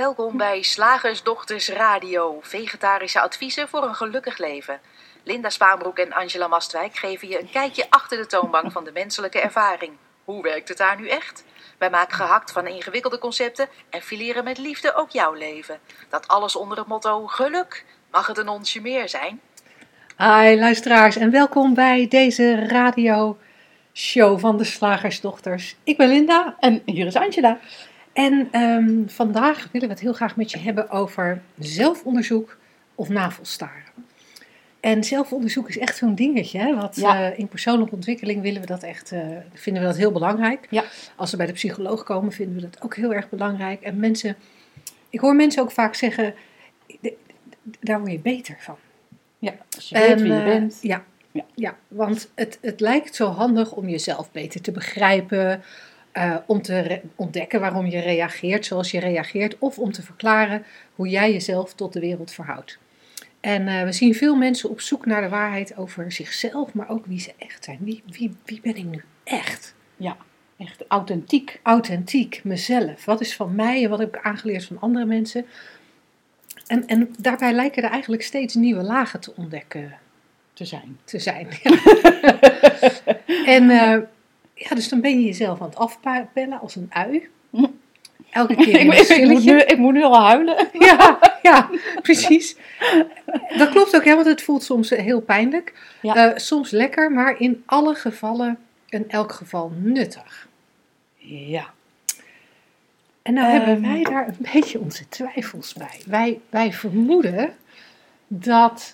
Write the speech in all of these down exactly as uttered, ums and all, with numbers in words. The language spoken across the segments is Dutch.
Welkom bij Slagersdochters Radio, vegetarische adviezen voor een gelukkig leven. Linda Spaanbroek en Angela Mastwijk geven je een kijkje achter de toonbank van de menselijke ervaring. Hoe werkt het daar nu echt? Wij maken gehakt van ingewikkelde concepten en fileren met liefde ook jouw leven. Dat alles onder het motto geluk. Mag het een onsje meer zijn? Hi luisteraars en welkom bij deze radioshow van de Slagersdochters. Ik ben Linda en hier is Angela. En um, vandaag willen we het heel graag met je hebben over zelfonderzoek of navelstaren. En zelfonderzoek is echt zo'n dingetje, hè? Wat ja. uh, in persoonlijke ontwikkeling willen we dat echt, uh, vinden we dat heel belangrijk. Ja. Als we bij de psycholoog komen vinden we dat ook heel erg belangrijk. En mensen, ik hoor mensen ook vaak zeggen, daar word je beter van. Ja, als je weet en, wie je bent. Uh, ja, ja. ja, want het, het lijkt zo handig om jezelf beter te begrijpen, uh, om te re- ontdekken waarom je reageert zoals je reageert, of om te verklaren hoe jij jezelf tot de wereld verhoudt. En uh, we zien veel mensen op zoek naar de waarheid over zichzelf, maar ook wie ze echt zijn. Wie, wie, wie ben ik nu echt? Ja, echt authentiek. Authentiek, mezelf. Wat is van mij en wat heb ik aangeleerd van andere mensen? En, en daarbij lijken er eigenlijk steeds nieuwe lagen te ontdekken te zijn. Te zijn. Ja. en uh, ja, dus dan ben je jezelf aan het afpellen als een ui. Elke keer een ik, ik, moet nu, ik moet nu al huilen. ja, ja, precies. Dat klopt ook, hè, want het voelt soms heel pijnlijk. Ja. Uh, soms lekker, maar in alle gevallen, in elk geval nuttig. Ja. En nou um, hebben wij daar een beetje onze twijfels bij. Wij, wij vermoeden dat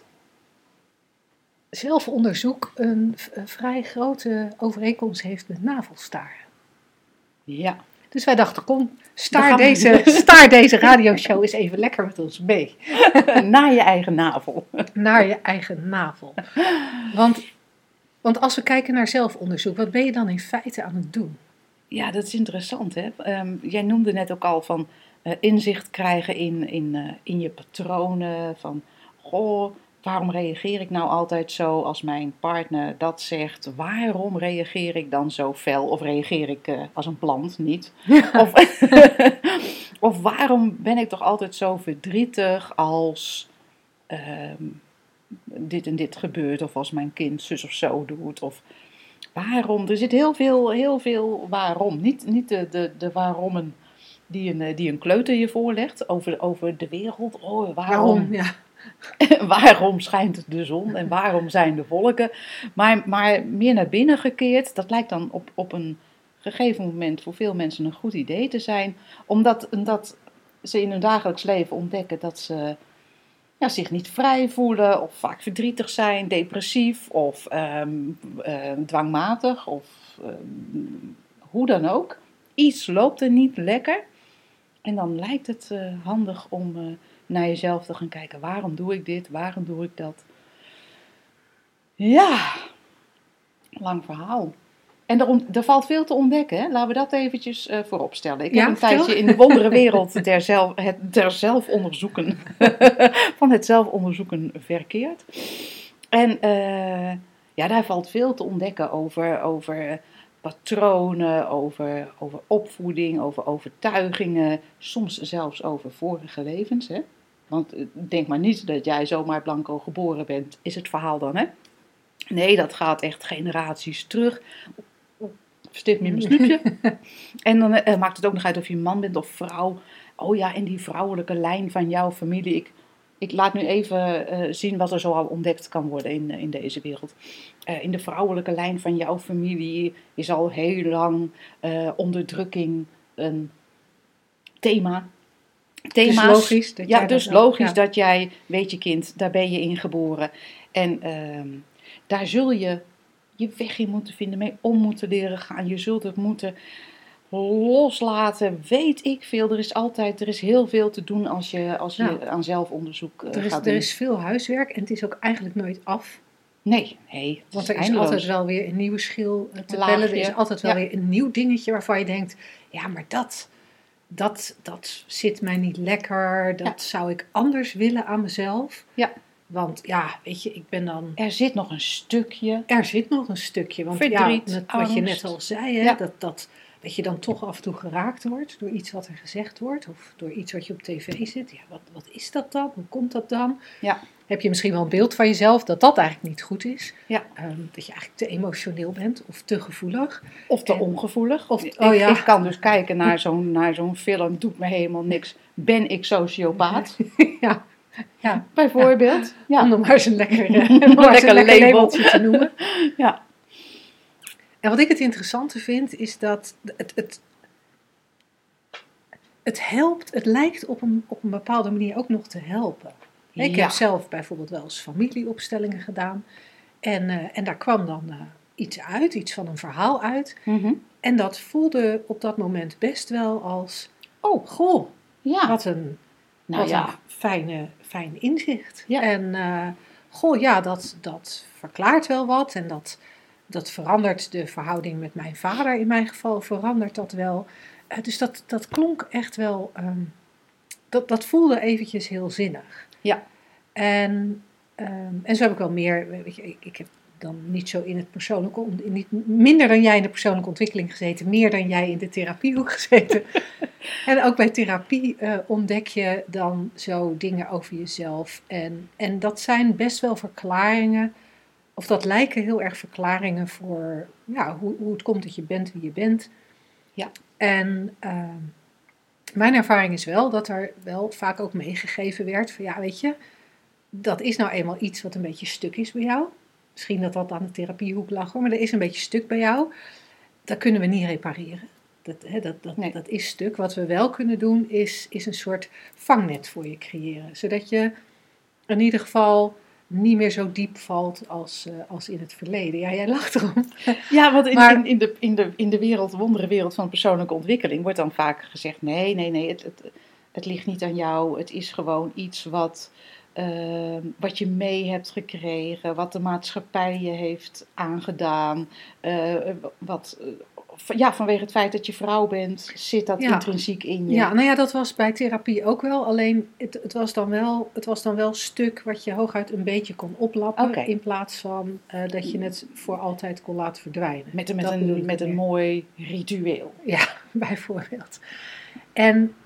zelfonderzoek een, een vrij grote overeenkomst heeft met navelstaren. Ja. Dus wij dachten, kom, staar deze, staar deze radioshow eens even lekker met ons mee. Naar je eigen navel. Naar je eigen navel. Want, want als we kijken naar zelfonderzoek, wat ben je dan in feite aan het doen? Ja, dat is interessant, hè. Um, jij noemde net ook al van uh, inzicht krijgen in, in, uh, in je patronen. Van, goh, waarom reageer ik nou altijd zo als mijn partner dat zegt? Waarom reageer ik dan zo fel? Of reageer ik uh, als een plant niet? Ja. Of, of waarom ben ik toch altijd zo verdrietig als uh, dit en dit gebeurt? Of als mijn kind zus of zo doet? Of waarom? Er zit heel veel, heel veel waarom. Niet, niet de, de, de waarommen die een, die een kleuter je voorlegt over, over de wereld. Oh, waarom? waarom ja. Waarom schijnt de zon en waarom zijn de wolken? Maar, maar meer naar binnen gekeerd, dat lijkt dan op, op een gegeven moment voor veel mensen een goed idee te zijn. Omdat, omdat ze in hun dagelijks leven ontdekken dat ze ja, zich niet vrij voelen, of vaak verdrietig zijn, depressief of um, uh, dwangmatig of um, hoe dan ook. Iets loopt er niet lekker en dan lijkt het uh, handig om uh, naar jezelf te gaan kijken. Waarom doe ik dit? Waarom doe ik dat? Ja, lang verhaal. En er, er valt veel te ontdekken. Hè? Laten we dat eventjes uh, voorop stellen. Ik ja, heb een tijdje toch? in de wondere wereld der, zelf, het, der zelfonderzoeken, van het zelfonderzoeken verkeerd. En uh, ja, daar valt veel te ontdekken over, over patronen, over, over opvoeding, over overtuigingen. Soms zelfs over vorige levens. Hè? Want denk maar niet dat jij zomaar blanco geboren bent, is het verhaal dan, hè? Nee, dat gaat echt generaties terug. Stift me in mijn snoepje. En dan uh, maakt het ook nog uit of je man bent of vrouw. Oh ja, in die vrouwelijke lijn van jouw familie. Ik, ik laat nu even uh, zien wat er zoal ontdekt kan worden in, uh, in deze wereld. Uh, in de vrouwelijke lijn van jouw familie is al heel lang uh, onderdrukking een thema. Thema's. Dus logisch dat ja, jij dus dat logisch ja. dat jij, weet je kind, daar ben je in geboren. En uh, daar zul je je weg in moeten vinden, mee om moeten leren gaan. Je zult het moeten loslaten, weet ik veel. Er is altijd, er is heel veel te doen als je, als je nou, aan zelfonderzoek uh, er is, gaat doen. Er is veel huiswerk en het is ook eigenlijk nooit af. Nee, nee. Want er is eindeloos. altijd wel weer een nieuwe schil te pellen. Er is altijd wel ja. weer een nieuw dingetje waarvan je denkt, ja, maar dat, dat, dat zit mij niet lekker. Dat ja. zou ik anders willen aan mezelf. Ja. Want ja, weet je, ik ben dan... Er zit nog een stukje. Er zit nog een stukje. Want verdriet, ja, met wat je net al zei, hè, ja. dat, dat, dat je dan toch af en toe geraakt wordt door iets wat er gezegd wordt. Of door iets wat je op tv ziet. Ja, wat, wat is dat dan? Hoe komt dat dan? Ja. Heb je misschien wel een beeld van jezelf dat dat eigenlijk niet goed is. Ja. Um, dat je eigenlijk te emotioneel bent of te gevoelig. Of te En- ongevoelig. Of- ik, oh ja. ik kan dus kijken naar zo'n, naar zo'n film, doet me helemaal niks. Ben ik sociopaat? ja, ja. Bijvoorbeeld. Ja. Om dan maar eens een lekker, uh, Een maar eens een lekker lekker label. labeltje te noemen. Ja. En wat ik het interessante vind, is dat het, het, het helpt, het lijkt op een, op een bepaalde manier ook nog te helpen. Ik Ja. heb zelf bijvoorbeeld wel eens familieopstellingen gedaan. En, uh, en daar kwam dan uh, iets uit, iets van een verhaal uit. Mhm. En dat voelde op dat moment best wel als, Oh, goh, ja. wat een, Nou wat ja. een fijne, fijn inzicht. Ja. En uh, goh, ja, dat, dat verklaart wel wat. En dat, dat verandert de verhouding met mijn vader in mijn geval, verandert dat wel. Uh, dus dat, dat klonk echt wel, um, dat, dat voelde eventjes heel zinnig. Ja. En, um, en zo heb ik wel meer, weet je, ik, ik heb dan niet zo in het persoonlijke, niet, minder dan jij in de persoonlijke ontwikkeling gezeten, meer dan jij in de therapiehoek gezeten. En ook bij therapie uh, ontdek je dan zo dingen over jezelf. En, en dat zijn best wel verklaringen, of dat lijken heel erg verklaringen voor ja, hoe, hoe het komt dat je bent wie je bent. Ja. En uh, mijn ervaring is wel dat er wel vaak ook meegegeven werd van ja, weet je, dat is nou eenmaal iets wat een beetje stuk is bij jou. Misschien dat dat aan de therapiehoek lag hoor, maar er is een beetje stuk bij jou. Dat kunnen we niet repareren. Dat, hè, dat, dat, Nee. dat is stuk. Wat we wel kunnen doen is, is een soort vangnet voor je creëren. Zodat je in ieder geval niet meer zo diep valt als, uh, als in het verleden. Ja, jij lacht erom. Ja, want in, Maar- in, in, de, in, de, in de wereld, de wonderenwereld van persoonlijke ontwikkeling wordt dan vaak gezegd, nee, nee, nee, het, het, het ligt niet aan jou. Het is gewoon iets wat, uh, wat je mee hebt gekregen, wat de maatschappij je heeft aangedaan. Uh, wat, uh, ja, vanwege het feit dat je vrouw bent, zit dat Ja. intrinsiek in je. Ja, nou ja, dat was bij therapie ook wel. Alleen het, het, was, dan wel, het was dan wel stuk wat je hooguit een beetje kon oplappen. Oké. In plaats van uh, dat je het voor altijd kon laten verdwijnen. Met, een- met, Dat bedoel ik een, met een meer. mooi ritueel. Ja, bijvoorbeeld. En,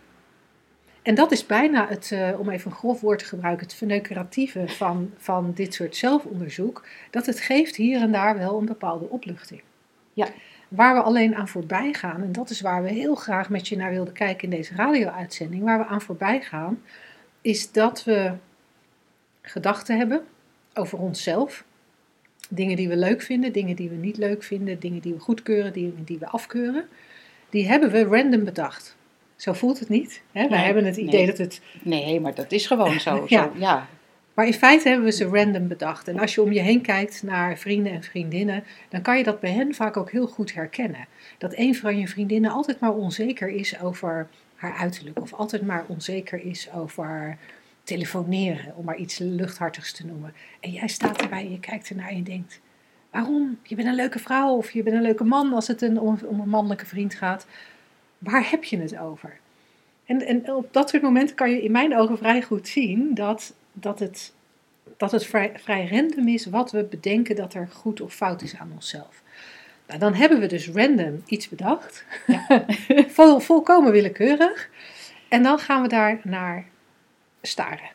en dat is bijna het, uh, om even een grof woord te gebruiken, het verneukeratieve van, van dit soort zelfonderzoek. Dat het geeft hier en daar wel een bepaalde opluchting. Ja. Waar we alleen aan voorbij gaan, en dat is waar we heel graag met je naar wilden kijken in deze radio-uitzending, waar we aan voorbij gaan, is dat we gedachten hebben over onszelf. Dingen die we leuk vinden, dingen die we niet leuk vinden, dingen die we goedkeuren, dingen die we afkeuren. Die hebben we random bedacht. Zo voelt het niet. Hè? Wij Nee, hebben het idee nee. dat het... Nee, maar dat is gewoon zo. Ja. Zo, ja. Maar in feite hebben we ze random bedacht. En als je om je heen kijkt naar vrienden en vriendinnen, dan kan je dat bij hen vaak ook heel goed herkennen. Dat een van je vriendinnen altijd maar onzeker is over haar uiterlijk. Of altijd maar onzeker is over telefoneren, om maar iets luchthartigs te noemen. En jij staat erbij en je kijkt ernaar en je denkt, waarom? Je bent een leuke vrouw of je bent een leuke man als het een, om, om een mannelijke vriend gaat. Waar heb je het over? En, en op dat soort momenten kan je in mijn ogen vrij goed zien dat, dat het, dat het vrij, vrij random is wat we bedenken dat er goed of fout is aan onszelf. Nou, dan hebben we dus random iets bedacht, Ja. Vol, volkomen willekeurig, en dan gaan we daar naar staren.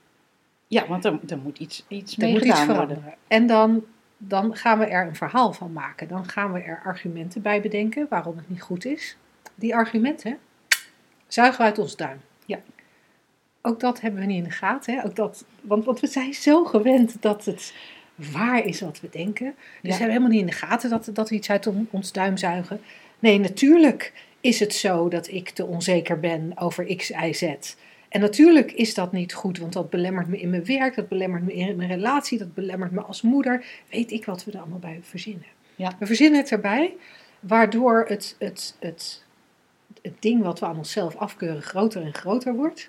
Ja, want er, er moet iets, iets Er mee moet iets gedaan veranderen. worden. En dan, dan gaan we er een verhaal van maken. Dan gaan we er argumenten bij bedenken waarom het niet goed is. Die argumenten zuigen we uit ons duim. Ja. Ook dat hebben we niet in de gaten. Hè? Ook dat, want, want we zijn zo gewend dat het waar is wat we denken. Dus Ja. we hebben helemaal niet in de gaten dat, dat we iets uit on- ons duim zuigen. Nee, natuurlijk is het zo dat ik te onzeker ben over X, Y, Z. En natuurlijk is dat niet goed, want dat belemmert me in mijn werk, dat belemmert me in mijn relatie, dat belemmert me als moeder. Weet ik wat we er allemaal bij verzinnen. Ja. We verzinnen het erbij, waardoor het, het, het, het ding wat we aan onszelf afkeuren groter en groter wordt.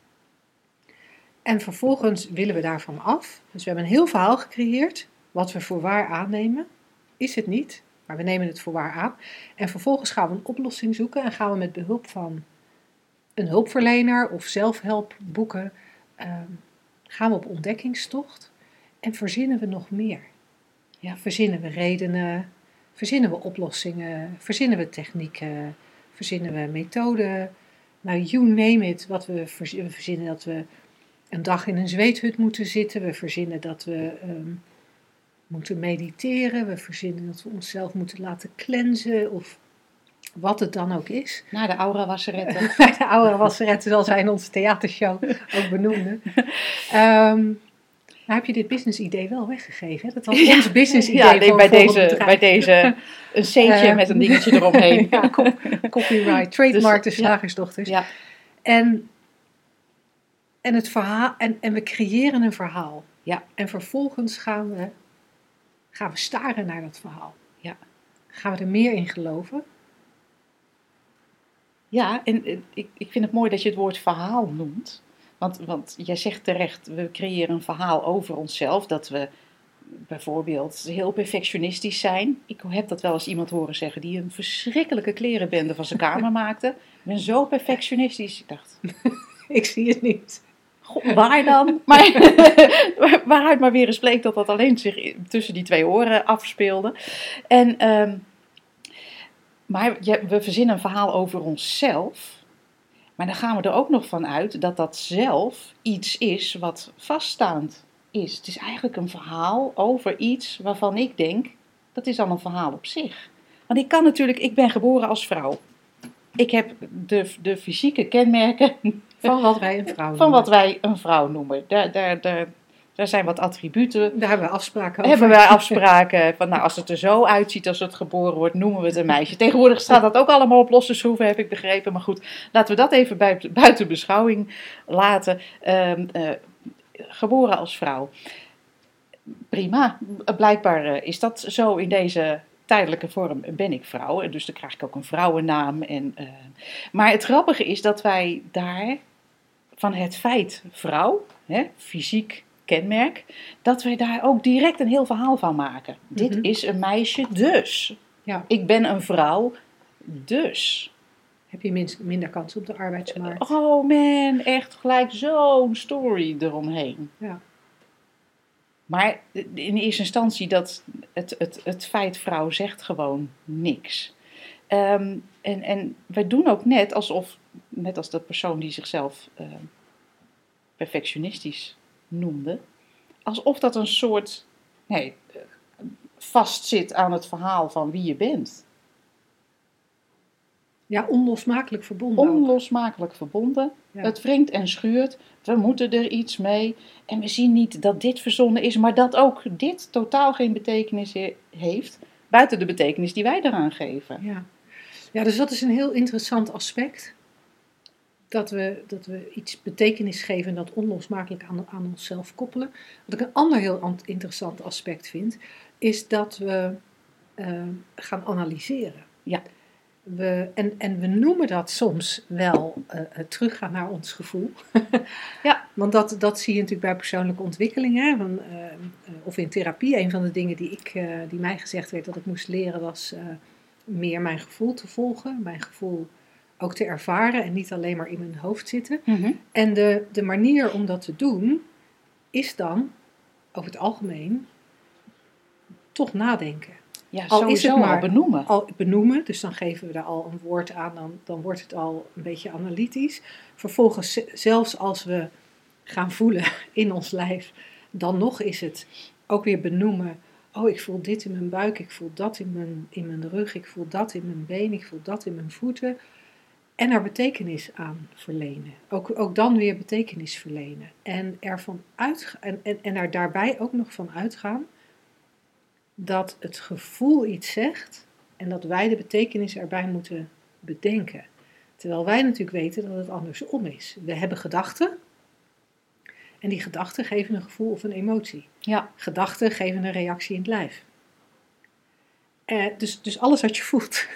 En vervolgens willen we daarvan af. Dus we hebben een heel verhaal gecreëerd, wat we voor waar aannemen. Is het niet, maar we nemen het voor waar aan. En vervolgens gaan we een oplossing zoeken en gaan we met behulp van een hulpverlener of zelfhelpboeken, uh, gaan we op ontdekkingstocht en verzinnen we nog meer. Ja, verzinnen we redenen, verzinnen we oplossingen, verzinnen we technieken, verzinnen we methoden. Nou, you name it, wat we, verz- we verzinnen dat we een dag in een zweethut moeten zitten. We verzinnen dat we um, moeten mediteren. We verzinnen dat we onszelf moeten laten cleansen of wat het dan ook is. Naar de aura wasseretten. Naar de aura wasseretten, zoals wij in onze theatershow ook benoemden. Um, nou heb je dit business idee wel weggegeven. Hè? Dat was ons business idee ja, nee, voor bij, een volgend deze, bedrijf. bij deze een C'tje Uh, met een dingetje eromheen. ja, cop- copyright, trademark de Dus, ja. slagersdochters. Ja. En, en, het verhaal, en, en we creëren een verhaal. Ja. En vervolgens gaan we, gaan we staren naar dat verhaal. Ja. Gaan we er meer in geloven. Ja, en eh, ik, ik vind het mooi dat je het woord verhaal noemt. Want, want jij zegt terecht, we creëren een verhaal over onszelf. Dat we bijvoorbeeld heel perfectionistisch zijn. Ik heb dat wel eens iemand horen zeggen die een verschrikkelijke klerenbende van zijn kamer maakte. Ik ben zo perfectionistisch. Ik dacht, Ik zie het niet. goh, waar dan? Maar waaruit maar weer eens bleek dat dat alleen zich tussen die twee oren afspeelde. En, um, maar ja, we verzinnen een verhaal over onszelf. Maar dan gaan we er ook nog van uit dat dat zelf iets is wat vaststaand is. Het is eigenlijk een verhaal over iets waarvan ik denk, dat is dan een verhaal op zich. Want ik kan natuurlijk, ik ben geboren als vrouw. Ik heb de, de fysieke kenmerken Van wat wij een vrouw van noemen. wat wij een vrouw noemen. Daar, daar, daar, daar zijn wat attributen. Daar hebben we afspraken over. Hebben wij afspraken van, nou, als het er zo uitziet als het geboren wordt, noemen we het een meisje. Tegenwoordig staat dat ook allemaal op losse schroeven, heb ik begrepen. Maar goed, laten we dat even buiten, buiten beschouwing laten. Um, uh, geboren als vrouw. Prima. Blijkbaar uh, is dat zo in deze tijdelijke vorm. Ben ik vrouw. En dus dan krijg ik ook een vrouwennaam. En, uh, maar het grappige is dat wij daar van het feit vrouw, hè, fysiek kenmerk, dat wij daar ook direct een heel verhaal van maken. Mm-hmm. Dit is een meisje, dus. Ja. Ik ben een vrouw, dus. Heb je minst, minder kans op de arbeidsmarkt. Oh man, echt gelijk zo'n story eromheen. Ja. Maar in eerste instantie, dat het, het, het feit vrouw zegt gewoon niks. Um, en, en wij doen ook net alsof, net als de persoon die zichzelf uh, perfectionistisch noemde, alsof dat een soort, nee, vastzit aan het verhaal van wie je bent. Ja, onlosmakelijk verbonden. ook. Onlosmakelijk verbonden. Ja. Het wringt en schuurt. We moeten er iets mee. En we zien niet dat dit verzonnen is, maar dat ook dit totaal geen betekenis he- heeft. Buiten de betekenis die wij eraan geven. Ja. Ja, dus dat is een heel interessant aspect. Dat we, dat we iets betekenis geven en dat onlosmakelijk aan, aan onszelf koppelen. Wat ik een ander heel an- interessant aspect vind, is dat we uh, gaan analyseren. Ja. We, en, en we noemen dat soms wel uh, teruggaan naar ons gevoel. Ja. Want dat, dat zie je natuurlijk bij persoonlijke ontwikkeling. Hè? Van, uh, uh, of in therapie. Een van de dingen die, ik, uh, die mij gezegd werd dat ik moest leren was uh, meer mijn gevoel te volgen. Mijn gevoel ook te ervaren en niet alleen maar in mijn hoofd zitten. Mm-hmm. En de, de manier om dat te doen is dan over het algemeen toch nadenken. Ja, Al sowieso is het maar- al benoemen. Al benoemen, dus dan geven we daar al een woord aan, dan, dan wordt het al een beetje analytisch. Vervolgens, z- zelfs als we gaan voelen in ons lijf, dan nog is het ook weer benoemen. Oh, ik voel dit in mijn buik, ik voel dat in mijn, in mijn rug, ik voel dat in mijn been, ik voel dat in mijn voeten. En er betekenis aan verlenen. Ook, ook dan weer betekenis verlenen. En, ervan uitga- en, en, en er daarbij ook nog van uitgaan dat het gevoel iets zegt en dat wij de betekenis erbij moeten bedenken. Terwijl wij natuurlijk weten dat het andersom is. We hebben gedachten en die gedachten geven een gevoel of een emotie. Ja. Gedachten geven een reactie in het lijf. Eh, dus, dus alles wat je voelt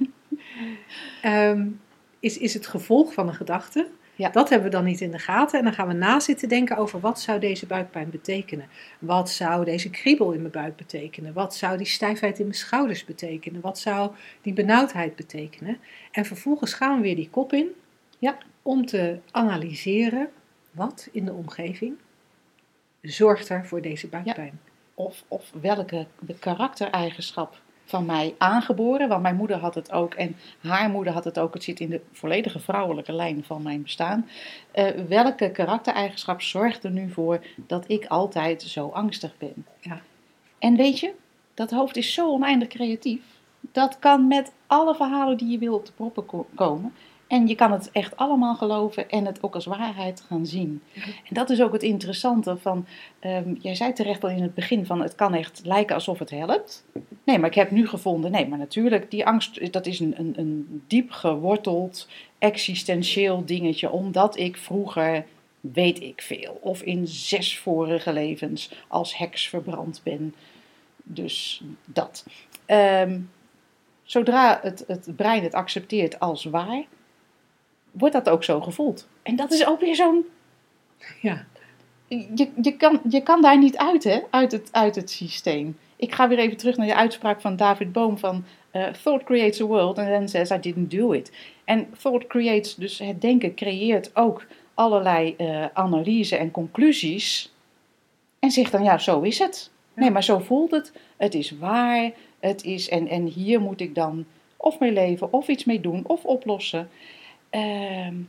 um, is, is het gevolg van een gedachte. Ja. Dat hebben we dan niet in de gaten. En dan gaan we na zitten denken over wat zou deze buikpijn betekenen. Wat zou deze kriebel in mijn buik betekenen? Wat zou die stijfheid in mijn schouders betekenen? Wat zou die benauwdheid betekenen? En vervolgens gaan we weer die kop in. Ja. Om te analyseren wat in de omgeving zorgt er voor deze buikpijn. Of, of welke de karaktereigenschap van mij aangeboren, want mijn moeder had het ook en haar moeder had het ook. Het zit in de volledige vrouwelijke lijn van mijn bestaan. Uh, welke karaktereigenschap zorgt er nu voor dat ik altijd zo angstig ben? Ja. En weet je, dat hoofd is zo oneindig creatief. Dat kan met alle verhalen die je wil op de proppen ko- komen. En je kan het echt allemaal geloven en het ook als waarheid gaan zien. Ja. En dat is ook het interessante van, um, jij zei terecht al in het begin van het kan echt lijken alsof het helpt. Nee, maar ik heb nu gevonden, nee, maar natuurlijk, die angst, dat is een, een, een diep geworteld, existentieel dingetje. Omdat ik vroeger, weet ik veel, of in zes vorige levens als heks verbrand ben. Dus dat. Um, zodra het, het brein het accepteert als waar, wordt dat ook zo gevoeld. En dat is ook weer zo'n... Ja. Je, je, kan, je kan daar niet uit, hè? Uit het, uit het systeem. Ik ga weer even terug naar de uitspraak van David Bohm van uh, Thought creates a world and then says I didn't do it. En thought creates, dus het denken creëert ook allerlei uh, analyse en conclusies. En zegt dan, ja, zo is het. Ja. Nee, maar zo voelt het. Het is waar. Het is, en, en hier moet ik dan of mee leven, of iets mee doen, of oplossen. Um,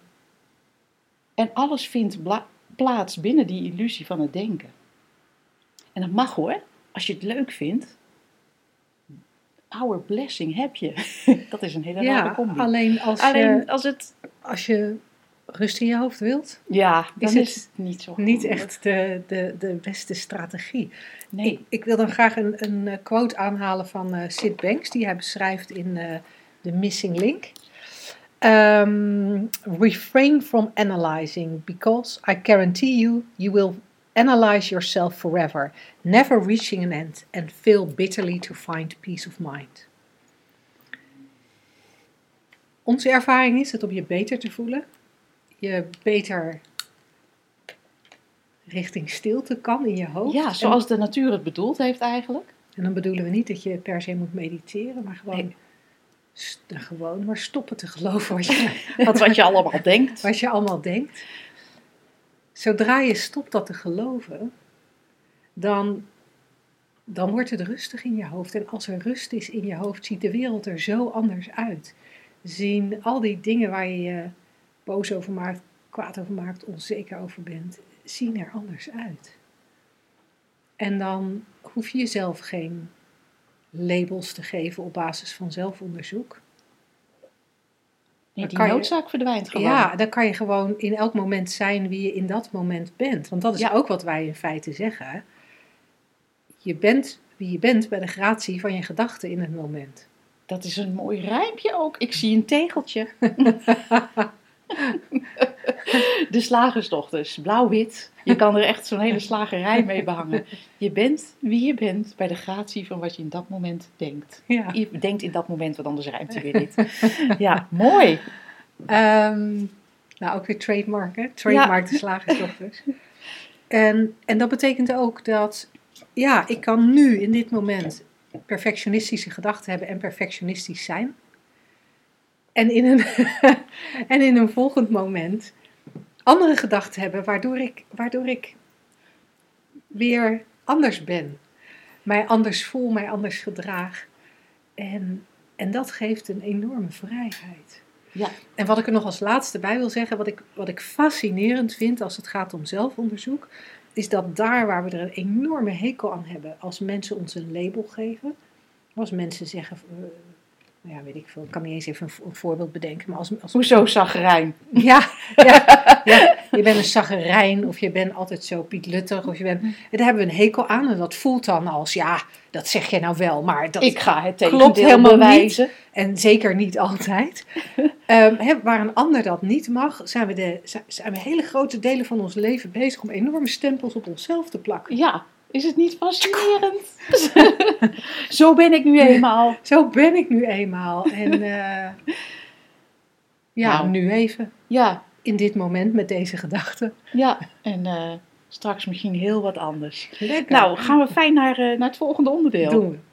en alles vindt bla- plaats binnen die illusie van het denken. En dat mag hoor, als je het leuk vindt. Our blessing heb je. Dat is een hele ja, rare combi. Alleen als alleen je, als het... als je rust in je hoofd wilt, ja, dan is, is het het niet zo niet handig. echt de, de, de beste strategie. Nee. Ik, ik wil dan graag een, een quote aanhalen van uh, Sid Banks, die hij beschrijft in uh, The Missing Link. Um, refrain from analyzing, because I guarantee you, you will analyze yourself forever, never reaching an end, and fail bitterly to find peace of mind. Onze ervaring is het om je beter te voelen, je beter richting stilte kan in je hoofd. Ja, zoals en, de natuur het bedoeld heeft eigenlijk. En dan bedoelen we niet dat je per se moet mediteren, maar gewoon... Nee. St- gewoon maar stoppen te geloven wat je, wat, wat je allemaal denkt. Wat je allemaal denkt. Zodra je stopt dat te geloven, dan, dan wordt het rustig in je hoofd. En als er rust is in je hoofd, ziet de wereld er zo anders uit. Zien al die dingen waar je je boos over maakt, kwaad over maakt, onzeker over bent, zien er anders uit. En dan hoef je jezelf geen labels te geven op basis van zelfonderzoek. Nee, die noodzaak je, verdwijnt gewoon. Ja, dan kan je gewoon in elk moment zijn wie je in dat moment bent. Want dat is ja. ook wat wij in feite zeggen. Je bent wie je bent bij de gratie van je gedachten in het moment. Dat is een mooi rijmpje ook. Ik zie een tegeltje. De slagersdochters, blauw-wit. Je kan er echt zo'n hele slagerij mee behangen. Je bent wie je bent bij de gratie van wat je in dat moment denkt. Ja. Je denkt in dat moment, wat anders rijmt je weer niet. Ja, mooi. Um, nou, ook weer trademark, hè? Trademark ja. De slagersdochters. En, en dat betekent ook dat, ja, ik kan nu in dit moment perfectionistische gedachten hebben en perfectionistisch zijn. En in een, en in een volgend moment andere gedachten hebben, waardoor ik, waardoor ik weer anders ben. Mij anders voel, mij anders gedraag. En, en dat geeft een enorme vrijheid. Ja. En wat ik er nog als laatste bij wil zeggen, wat ik, wat ik fascinerend vind als het gaat om zelfonderzoek, is dat daar waar we er een enorme hekel aan hebben, als mensen ons een label geven, als mensen zeggen... Uh, ja, weet ik veel. Ik kan niet eens even een, een voorbeeld bedenken. Maar als, als... Hoezo zagrijn? Ja, ja, ja, je bent een zagerijn of je bent altijd zo pietluttig. Of je bent... Daar hebben we een hekel aan en dat voelt dan als, ja, dat zeg je nou wel. Maar dat ik ga het klopt helemaal bewijzen. Niet. En zeker niet altijd. um, he, waar een ander dat niet mag, zijn we, de, zijn we hele grote delen van ons leven bezig om enorme stempels op onszelf te plakken. Ja. Is het niet fascinerend? Zo ben ik nu eenmaal. Zo ben ik nu eenmaal. En uh, ja, nou, nu even. Ja. In dit moment met deze gedachten. Ja, en uh, straks misschien heel wat anders. Lekker. Nou, gaan we fijn naar, uh, naar het volgende onderdeel. Doen we.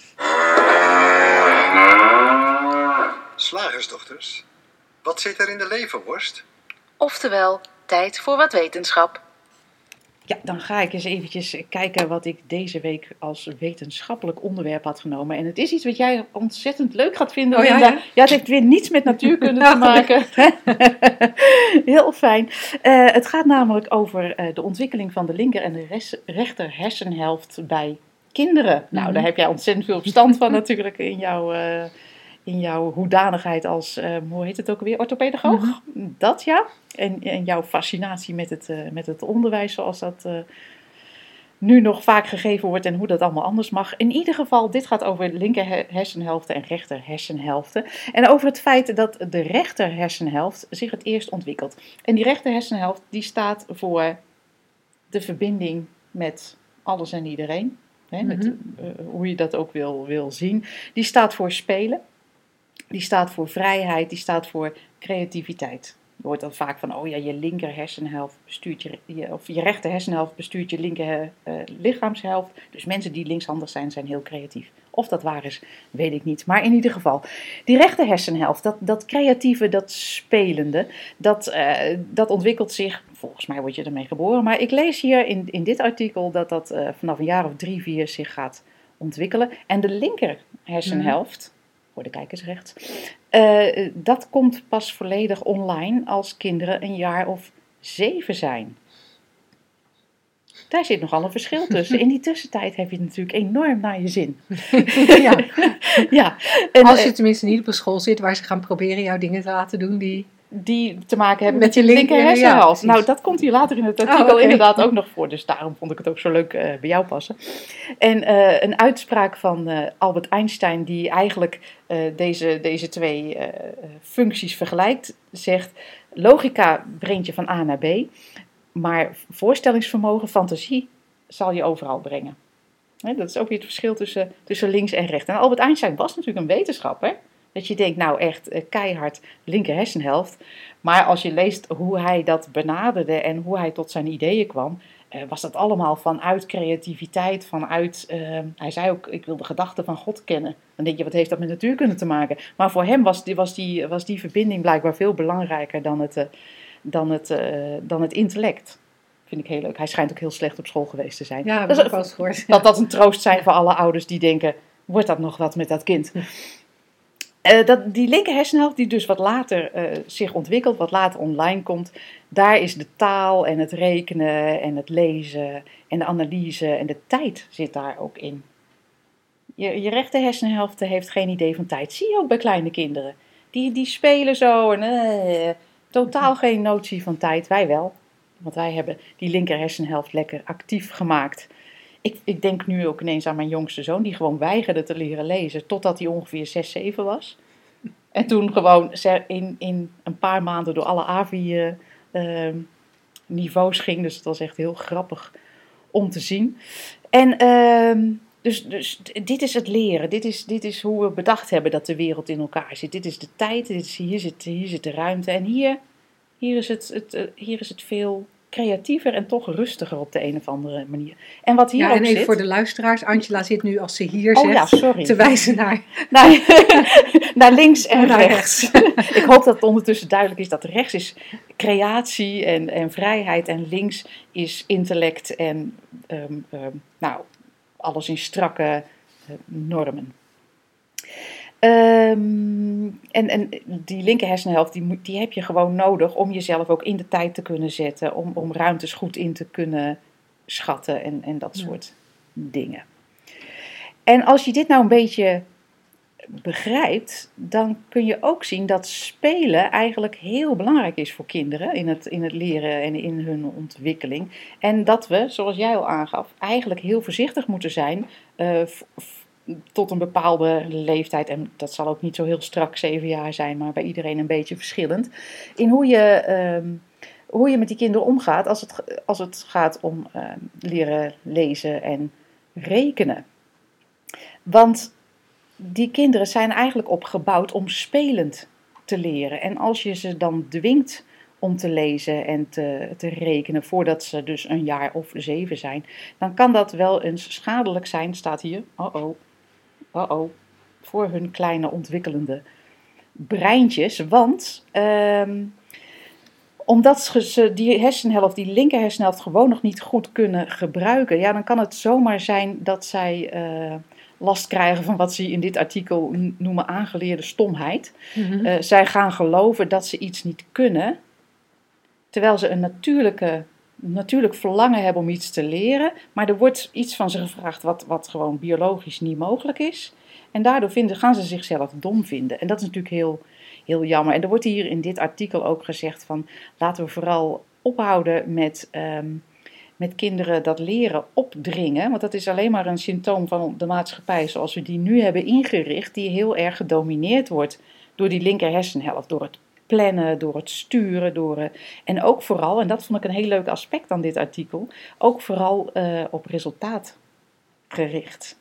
Slagersdochters, wat zit er in de leverworst? Oftewel, tijd voor wat wetenschap. Ja, dan ga ik eens eventjes kijken wat ik deze week als wetenschappelijk onderwerp had genomen. En het is iets wat jij ontzettend leuk gaat vinden, Oh, ja, Linda. ja? Ja, het heeft weer niets met natuurkunde te maken. Heel fijn. Uh, het gaat namelijk over uh, de ontwikkeling van de linker en de res- rechter hersenhelft bij kinderen. Nou, Mm-hmm. daar heb jij ontzettend veel verstand van natuurlijk in jouw... Uh, in jouw hoedanigheid als, uh, hoe heet het ook alweer, orthopedagoog? Mm-hmm. Dat ja. En, en jouw fascinatie met het, uh, met het onderwijs zoals dat uh, nu nog vaak gegeven wordt en hoe dat allemaal anders mag. In ieder geval, dit gaat over linker hersenhelften en rechter hersenhelften. En over het feit dat de rechter hersenhelft zich het eerst ontwikkelt. En die rechter hersenhelft die staat voor de verbinding met alles en iedereen. Hè, met, mm-hmm. uh, hoe je dat ook wil, wil zien. Die staat voor spelen. Die staat voor vrijheid, die staat voor creativiteit. Je hoort dan vaak van, oh ja, je linker hersenhelft bestuurt je, je of je rechter hersenhelft bestuurt je linker uh, lichaamshelft. Dus mensen die linkshandig zijn, zijn heel creatief. Of dat waar is, weet ik niet. Maar in ieder geval, die rechter hersenhelft, dat, dat creatieve, dat spelende, dat, uh, dat ontwikkelt zich, volgens mij word je ermee geboren. Maar ik lees hier in, in dit artikel dat dat uh, vanaf een jaar of drie, vier zich gaat ontwikkelen. En de linker hersenhelft... Hmm. voor de kijkers rechts. Uh, dat komt pas volledig online als kinderen een jaar of zeven zijn. Daar zit nogal een verschil tussen. In die tussentijd heb je het natuurlijk enorm naar je zin. Ja. Ja. En, als je tenminste niet op een school zit waar ze gaan proberen jou dingen te laten doen die... die te maken hebben met, met je linker hersenhelft. Ja, nou, dat komt hier later in het artikel oh, okay. inderdaad ook nog voor. Dus daarom vond ik het ook zo leuk uh, bij jou passen. En uh, een uitspraak van uh, Albert Einstein die eigenlijk uh, deze, deze twee uh, functies vergelijkt, zegt: logica brengt je van A naar B, maar voorstellingsvermogen, fantasie zal je overal brengen. He, dat is ook weer het verschil tussen, tussen links en rechts. En Albert Einstein was natuurlijk een wetenschapper. Dat je denkt, nou echt uh, keihard linker hersenhelft. Maar als je leest hoe hij dat benaderde en hoe hij tot zijn ideeën kwam, uh, was dat allemaal vanuit creativiteit, vanuit, uh, hij zei ook, ik wil de gedachten van God kennen. Dan denk je, wat heeft dat met natuurkunde te maken? Maar voor hem was die, was die, was die verbinding blijkbaar veel belangrijker dan het, uh, dan het, uh, dan het intellect. Vind ik heel leuk. Hij schijnt ook heel slecht op school geweest te zijn. Ja, dat heb ik wel eens gehoord. Dat dat een troost zijn voor alle ouders die denken, wordt dat nog wat met dat kind? Uh, dat, die linker hersenhelft die dus wat later uh, zich ontwikkelt, wat later online komt, daar is de taal en het rekenen en het lezen en de analyse en de tijd zit daar ook in. Je, je rechter hersenhelft heeft geen idee van tijd. Zie je ook bij kleine kinderen. Die, die spelen zo en uh, totaal geen notie van tijd. Wij wel, want wij hebben die linker hersenhelft lekker actief gemaakt. Ik, ik denk nu ook ineens aan mijn jongste zoon, die gewoon weigerde te leren lezen, totdat hij ongeveer zes, zeven was. En toen gewoon in, in een paar maanden door alle A V I-niveaus uh, ging. Dus het was echt heel grappig om te zien. En uh, dus, dus dit is het leren. Dit is, dit is hoe we bedacht hebben dat de wereld in elkaar zit. Dit is de tijd, dit is, hier, zit, hier zit de ruimte. En hier, hier, is het, het, hier is het veel creatiever en toch rustiger op de een of andere manier. En wat hier ja, ook en even zit... voor de luisteraars, Angela zit nu als ze hier oh, zit ja, sorry. te wijzen naar... naar, naar links en naar rechts. rechts. Ik hoop dat het ondertussen duidelijk is dat rechts is creatie en, en vrijheid en links is intellect en um, um, nou, alles in strakke uh, normen. Um, en, en die linker hersenhelft, die, die heb je gewoon nodig om jezelf ook in de tijd te kunnen zetten, om, om ruimtes goed in te kunnen schatten en, en dat soort ja. dingen. En als je dit nou een beetje begrijpt, dan kun je ook zien dat spelen eigenlijk heel belangrijk is voor kinderen in het, in het leren en in hun ontwikkeling. En dat we, zoals jij al aangaf, eigenlijk heel voorzichtig moeten zijn uh, f- f- tot een bepaalde leeftijd, en dat zal ook niet zo heel strak zeven jaar zijn, maar bij iedereen een beetje verschillend, in hoe je, um, hoe je met die kinderen omgaat als het, als het gaat om um, leren lezen en rekenen. Want die kinderen zijn eigenlijk opgebouwd om spelend te leren. En als je ze dan dwingt om te lezen en te, te rekenen voordat ze dus een jaar of zeven zijn, dan kan dat wel eens schadelijk zijn, staat hier, oh-oh, oh-oh, voor hun kleine ontwikkelende breintjes. Want um, omdat ze die hersenhelft, die linker hersenhelft, gewoon nog niet goed kunnen gebruiken. Ja, dan kan het zomaar zijn dat zij uh, last krijgen van wat ze in dit artikel noemen aangeleerde stomheid. Mm-hmm. Uh, zij gaan geloven dat ze iets niet kunnen, terwijl ze een natuurlijke, natuurlijk verlangen hebben om iets te leren. Maar er wordt iets van ze gevraagd wat, wat gewoon biologisch niet mogelijk is. En daardoor vinden, gaan ze zichzelf dom vinden. En dat is natuurlijk heel... Heel jammer. En er wordt hier in dit artikel ook gezegd van laten we vooral ophouden met, um, met kinderen dat leren opdringen. Want dat is alleen maar een symptoom van de maatschappij zoals we die nu hebben ingericht. Die heel erg gedomineerd wordt door die linker hersenhelft. Door het plannen, door het sturen. Door, uh, en ook vooral, en dat vond ik een heel leuk aspect aan dit artikel. Ook vooral uh, op resultaat gericht.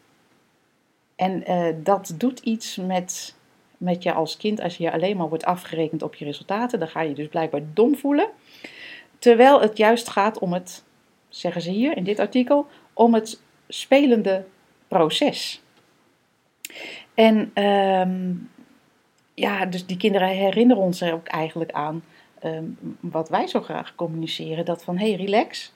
En uh, dat doet iets met... met je als kind, als je alleen maar wordt afgerekend op je resultaten, dan ga je je dus blijkbaar dom voelen. Terwijl het juist gaat om het, zeggen ze hier in dit artikel, om het spelende proces. En um, ja, dus die kinderen herinneren ons er ook eigenlijk aan um, wat wij zo graag communiceren. Dat van, hé, hey, relax,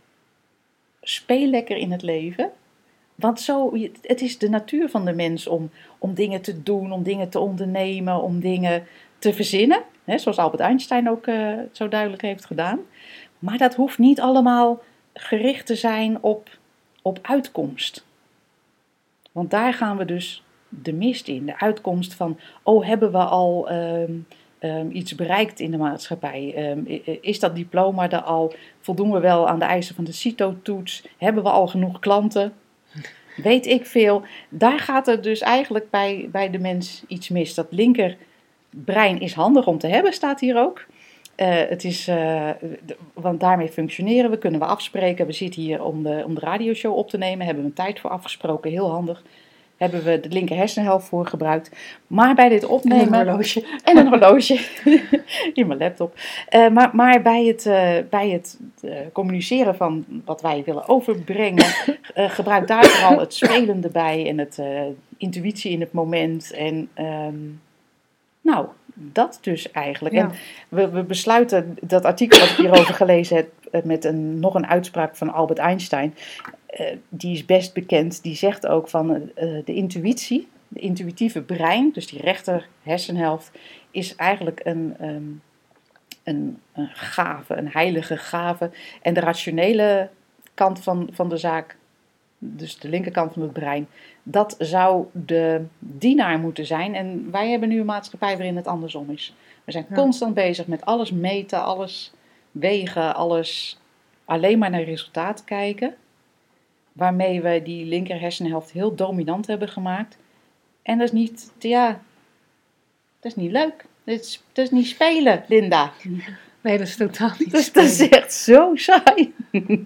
speel lekker in het leven. Want zo, het is de natuur van de mens om, om dingen te doen, om dingen te ondernemen, om dingen te verzinnen. Hè, zoals Albert Einstein ook uh, zo duidelijk heeft gedaan. Maar dat hoeft niet allemaal gericht te zijn op, op uitkomst. Want daar gaan we dus de mist in. De uitkomst van, oh, hebben we al um, um, iets bereikt in de maatschappij? Um, is dat diploma er al? Voldoen we wel aan de eisen van de CITO-toets? Hebben we al genoeg klanten? Weet ik veel. Daar gaat er dus eigenlijk bij, bij de mens iets mis. Dat linkerbrein is handig om te hebben, staat hier ook. Uh, het is, uh, de, want daarmee functioneren we, kunnen we afspreken. We zitten hier om de, om de radioshow op te nemen, hebben we een tijd voor afgesproken, heel handig. Hebben we de linker hersenhelft voor gebruikt. Maar bij dit opnemen... En een horloge. En een horloge. In mijn laptop. Uh, maar, maar bij het, uh, bij het uh, communiceren van wat wij willen overbrengen... Uh, gebruik daar vooral het spelende bij. En het uh, intuïtie in het moment. En um, nou, dat dus eigenlijk. Ja. En we, we besluiten dat artikel wat ik hierover gelezen heb... met een, nog een uitspraak van Albert Einstein... Uh, die is best bekend, die zegt ook van uh, de intuïtie, de intuïtieve brein, dus die rechter hersenhelft, is eigenlijk een, um, een, een gave, een heilige gave. En de rationele kant van, van de zaak, dus de linkerkant van het brein, dat zou de dienaar moeten zijn. En wij hebben nu een maatschappij waarin het andersom is. We zijn ja. constant bezig met alles meten, alles wegen, alles alleen maar naar resultaat kijken. Waarmee we die linker hersenhelft heel dominant hebben gemaakt. En dat is niet, ja, dat is niet leuk. Dat is, dat is niet spelen, Linda. Nee, dat is totaal niet dus spelen. Dat is echt zo saai.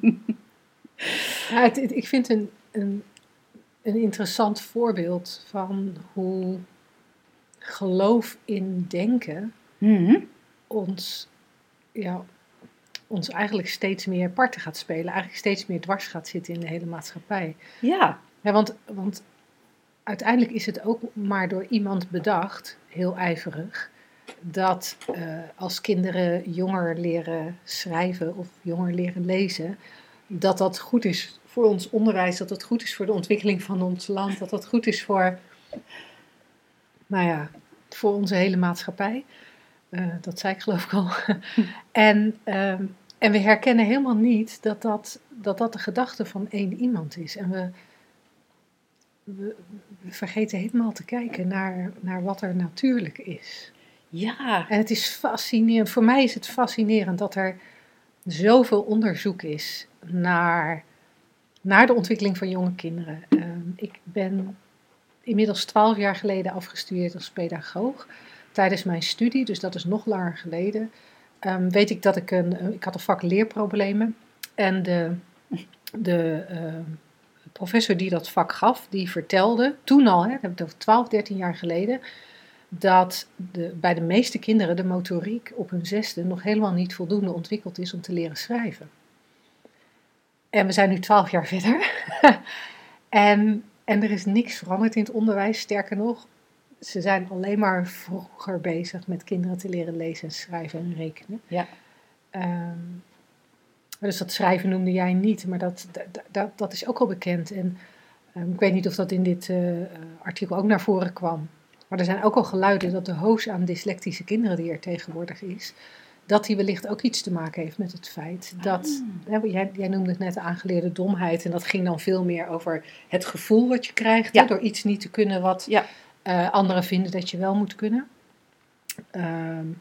Ja, het, het, ik vind een, een, een interessant voorbeeld van hoe geloof in denken mm-hmm. ons... ja, ons eigenlijk steeds meer parten gaat spelen. Eigenlijk steeds meer dwars gaat zitten in de hele maatschappij. Ja. Ja, want, want uiteindelijk is het ook maar door iemand bedacht, heel ijverig, dat uh, als kinderen jonger leren schrijven of jonger leren lezen, dat dat goed is voor ons onderwijs, dat dat goed is voor de ontwikkeling van ons land, dat dat goed is voor, nou ja, voor onze hele maatschappij. Uh, dat zei ik geloof ik al. en, um, en we herkennen helemaal niet dat dat, dat dat de gedachte van één iemand is. En we, we, we vergeten helemaal te kijken naar, naar wat er natuurlijk is. Ja. En het is fascinerend. Voor mij is het fascinerend dat er zoveel onderzoek is naar, naar de ontwikkeling van jonge kinderen. Um, ik ben inmiddels twaalf jaar geleden afgestudeerd als pedagoog. Tijdens mijn studie, dus dat is nog langer geleden, um, weet ik dat ik een, ik had een vak leerproblemen. En de, de uh, professor die dat vak gaf, die vertelde, toen al, hè, dat heb ik over twaalf, dertien jaar geleden, dat de, bij de meeste kinderen de motoriek op hun zesde nog helemaal niet voldoende ontwikkeld is om te leren schrijven. En we zijn nu twaalf jaar verder. en, en er is niks veranderd in het onderwijs, sterker nog. Ze zijn alleen maar vroeger bezig met kinderen te leren lezen en schrijven en rekenen. Ja. Um, dus dat schrijven noemde jij niet, maar dat, dat, dat, dat is ook al bekend. En um, ik weet niet of dat in dit uh, artikel ook naar voren kwam. Maar er zijn ook al geluiden dat de hoos aan dyslectische kinderen die er tegenwoordig is, dat die wellicht ook iets te maken heeft met het feit dat, ah. hè, jij, jij noemde het net aangeleerde domheid, en dat ging dan veel meer over het gevoel wat je krijgt, ja. hè, door iets niet te kunnen wat ja. uh, anderen vinden dat je wel moet kunnen. Um,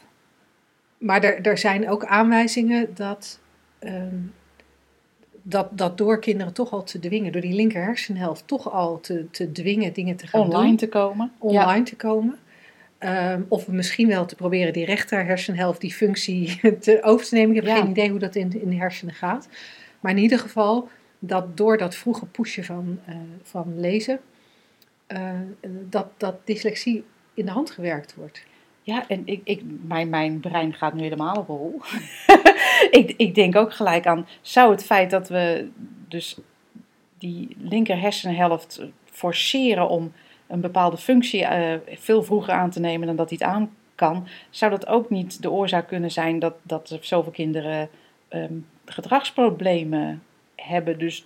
maar er, er zijn ook aanwijzingen dat, um, dat, dat door kinderen toch al te dwingen, door die linker hersenhelft toch al te, te dwingen dingen te gaan online doen. Online te komen. Online ja. te komen. Um, of misschien wel te proberen die rechter hersenhelft, die functie te over te nemen. Ik heb ja. geen idee hoe dat in, in de hersenen gaat. Maar in ieder geval, dat door dat vroege pushen van, uh, van lezen, uh, dat, dat dyslexie in de hand gewerkt wordt. Ja, en ik, ik, mijn, mijn brein gaat nu helemaal op hol. ik, ik denk ook gelijk aan, zou het feit dat we dus die linker hersenhelft forceren om een bepaalde functie uh, veel vroeger aan te nemen dan dat hij het aan kan, zou dat ook niet de oorzaak kunnen zijn dat, dat er zoveel kinderen um, gedragsproblemen hebben. Dus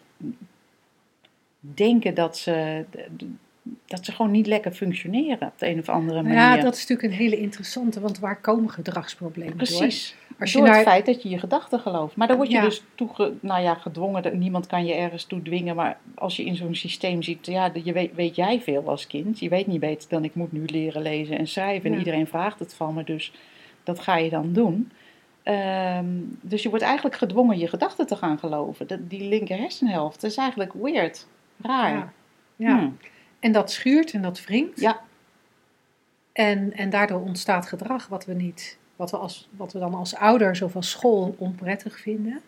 denken dat ze, dat ze gewoon niet lekker functioneren op de een of andere manier. Ja, dat is natuurlijk een hele interessante, want waar komen gedragsproblemen Precies. door? Precies. Als je door naar... het feit dat je je gedachten gelooft. Maar dan word je ja. dus toege... nou ja, gedwongen. Niemand kan je ergens toe dwingen. Maar als je in zo'n systeem ziet, ja, je weet, weet jij veel als kind. Je weet niet beter dan ik moet nu leren lezen en schrijven. Ja. En iedereen vraagt het van me, dus dat ga je dan doen. Um, dus je wordt eigenlijk gedwongen je gedachten te gaan geloven. Dat, die linker hersenhelft, dat is eigenlijk weird. Raar. Ja. ja. Hmm. En dat schuurt en dat wringt. Ja. En, en daardoor ontstaat gedrag wat we niet... Wat we, als, wat we dan als ouders of als school onprettig vinden.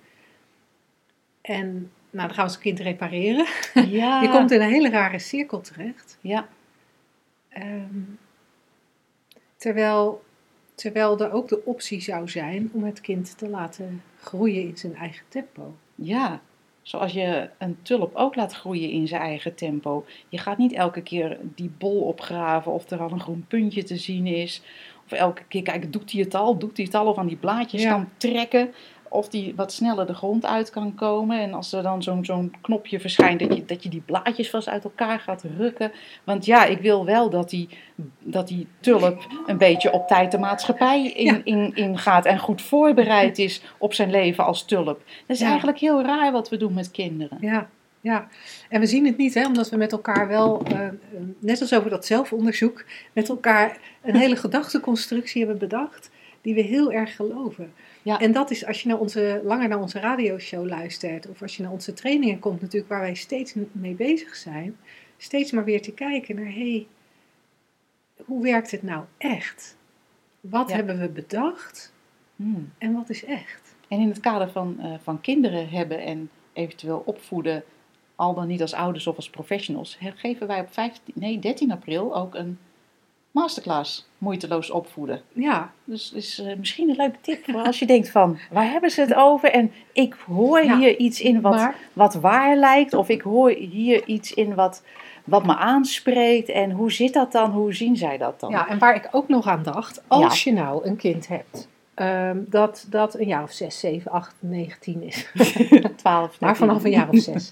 En nou, dan gaan we als kind repareren. Ja. Je komt in een hele rare cirkel terecht. Ja. Um, terwijl, terwijl er ook de optie zou zijn om het kind te laten groeien in zijn eigen tempo. Ja, zoals je een tulp ook laat groeien in zijn eigen tempo. Je gaat niet elke keer die bol opgraven of er al een groen puntje te zien is. Of elke keer kijken, doet hij het al? Doet hij het al? Of aan die blaadjes ja. kan trekken. Of die wat sneller de grond uit kan komen. En als er dan zo'n, zo'n knopje verschijnt, dat je, dat je die blaadjes vast uit elkaar gaat rukken. Want ja, ik wil wel dat die, dat die tulp een beetje op tijd de maatschappij in, ja. in, in gaat. En goed voorbereid is op zijn leven als tulp. Dat is ja. eigenlijk heel raar wat we doen met kinderen. Ja. Ja, en we zien het niet, hè, omdat we met elkaar wel, uh, net als over dat zelfonderzoek, met elkaar een hele gedachteconstructie hebben bedacht, die we heel erg geloven. Ja. En dat is, als je naar onze, langer naar onze radioshow luistert, of als je naar onze trainingen komt natuurlijk, waar wij steeds mee bezig zijn, steeds maar weer te kijken naar, hé, hey, hoe werkt het nou echt? Wat ja. hebben we bedacht hmm. en wat is echt? En in het kader van, uh, van kinderen hebben en eventueel opvoeden, al dan niet als ouders of als professionals, geven wij op vijftien, nee, dertien april ook een masterclass moeiteloos opvoeden. Ja. Dus is uh, misschien een leuke tip voor als je denkt van, waar hebben ze het over? En ik hoor ja, hier iets in wat, maar... wat waar lijkt, of ik hoor hier iets in wat, wat me aanspreekt. En hoe zit dat dan? Hoe zien zij dat dan? Ja, en waar ik ook nog aan dacht, als ja. je nou een kind hebt, Um, dat, dat een jaar of zes, zeven, acht, negen, tien is. twaalf. Maar vanaf een jaar of zes.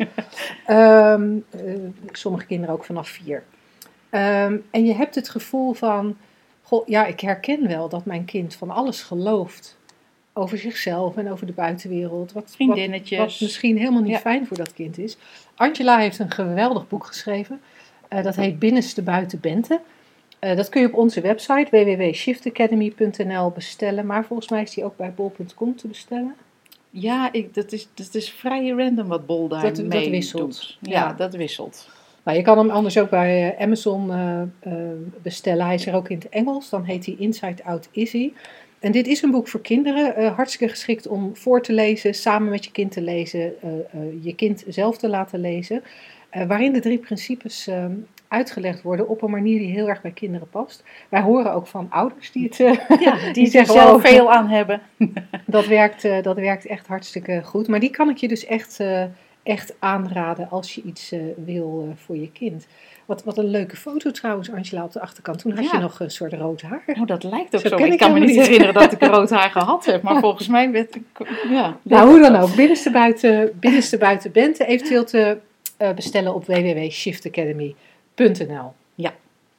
um, uh, sommige kinderen ook vanaf vier. Um, en je hebt het gevoel van, goh, ja, ik herken wel dat mijn kind van alles gelooft over zichzelf en over de buitenwereld. Wat, Vriendinnetjes. Wat, wat misschien helemaal niet ja. fijn voor dat kind is. Angela heeft een geweldig boek geschreven. Uh, dat heet Binnenste Buiten Bente. Uh, dat kun je op onze website w w w punt shift academy punt n l bestellen. Maar volgens mij is die ook bij bol punt com te bestellen. Ja, ik, dat, is, dat is vrij random wat Bol daar dat, mee dat wisselt. doet. Ja, ja, dat wisselt. Nou, je kan hem anders ook bij uh, Amazon uh, uh, bestellen. Hij is er ook in het Engels. Dan heet hij Inside Out Easy. En dit is een boek voor kinderen. Uh, hartstikke geschikt om voor te lezen, samen met je kind te lezen. Uh, uh, je kind zelf te laten lezen. Uh, waarin de drie principes Uh, uitgelegd worden op een manier die heel erg bij kinderen past. Wij horen ook van ouders die het uh, ja, die, die er zelf oh, veel aan hebben. dat, werkt, uh, dat werkt echt hartstikke goed. Maar die kan ik je dus echt, uh, echt aanraden als je iets uh, wil uh, voor je kind. Wat, wat een leuke foto trouwens, Angela, op de achterkant. Toen had Ja. je nog een soort rood haar. Oh, dat lijkt ook Zo zo. ken Ik, ik kan me helemaal niet niet. herinneren dat ik rood haar gehad heb. Maar volgens mij werd ik... Ja, Nou, hoe dan ook. Binnenste buiten, binnenste buiten Bente eventueel te uh, bestellen op w w w punt shift academy punt n l. Ja.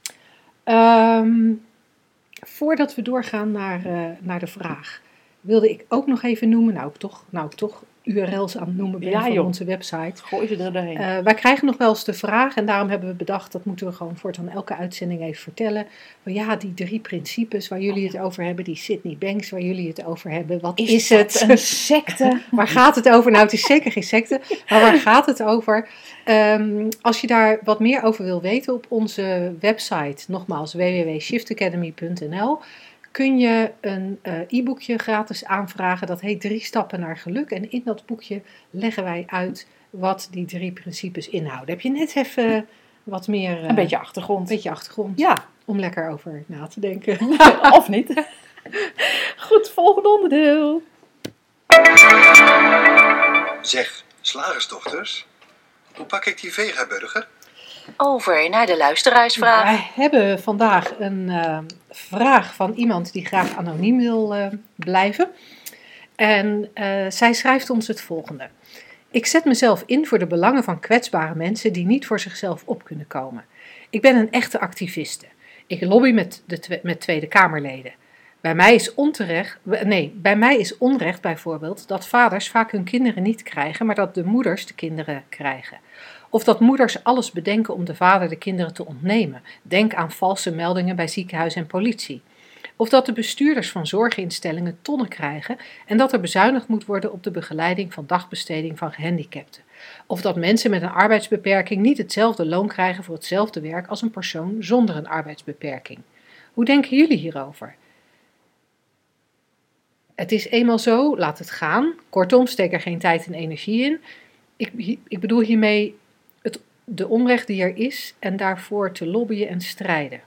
Um, voordat we doorgaan naar, uh, naar de vraag, wilde ik ook nog even noemen, nou ik toch, nou, ik toch U R L's aan het noemen ben Ja, van joh. onze website. Gooi ze er doorheen. Uh, wij krijgen nog wel eens de vraag, en daarom hebben we bedacht, dat moeten we gewoon voortaan elke uitzending even vertellen. Van ja, die drie principes waar jullie het over hebben, die Sydney Banks waar jullie het over hebben, wat is, is het? Een secte? Waar gaat het over? Nou, het is zeker geen secte, maar waar gaat het over? Um, als je daar wat meer over wil weten, op onze website, nogmaals w w w punt shift academy punt n l, kun je een uh, e-boekje gratis aanvragen. Dat heet Drie Stappen naar Geluk. En in dat boekje leggen wij uit wat die drie principes inhouden. Heb je net even wat meer... Uh, een beetje achtergrond. Een beetje achtergrond. Ja. Om lekker over na te denken. Of niet. Goed, volgende onderdeel. Zeg, slagersdochters, hoe pak ik die vegaburger? Over naar de luisteraarsvraag. Wij hebben vandaag een uh, vraag van iemand die graag anoniem wil uh, blijven. En uh, zij schrijft ons het volgende. Ik zet mezelf in voor de belangen van kwetsbare mensen die niet voor zichzelf op kunnen komen. Ik ben een echte activiste. Ik lobby met, de twe- met Tweede Kamerleden. Bij mij is onterecht, nee, bij mij is onrecht bijvoorbeeld dat vaders vaak hun kinderen niet krijgen, maar dat de moeders de kinderen krijgen. Of dat moeders alles bedenken om de vader de kinderen te ontnemen. Denk aan valse meldingen bij ziekenhuizen en politie. Of dat de bestuurders van zorginstellingen tonnen krijgen en dat er bezuinigd moet worden op de begeleiding van dagbesteding van gehandicapten. Of dat mensen met een arbeidsbeperking niet hetzelfde loon krijgen voor hetzelfde werk als een persoon zonder een arbeidsbeperking. Hoe denken jullie hierover? Het is eenmaal zo, laat het gaan. Kortom, steek er geen tijd en energie in. Ik, ik bedoel hiermee het, de onrecht die er is en daarvoor te lobbyen en strijden.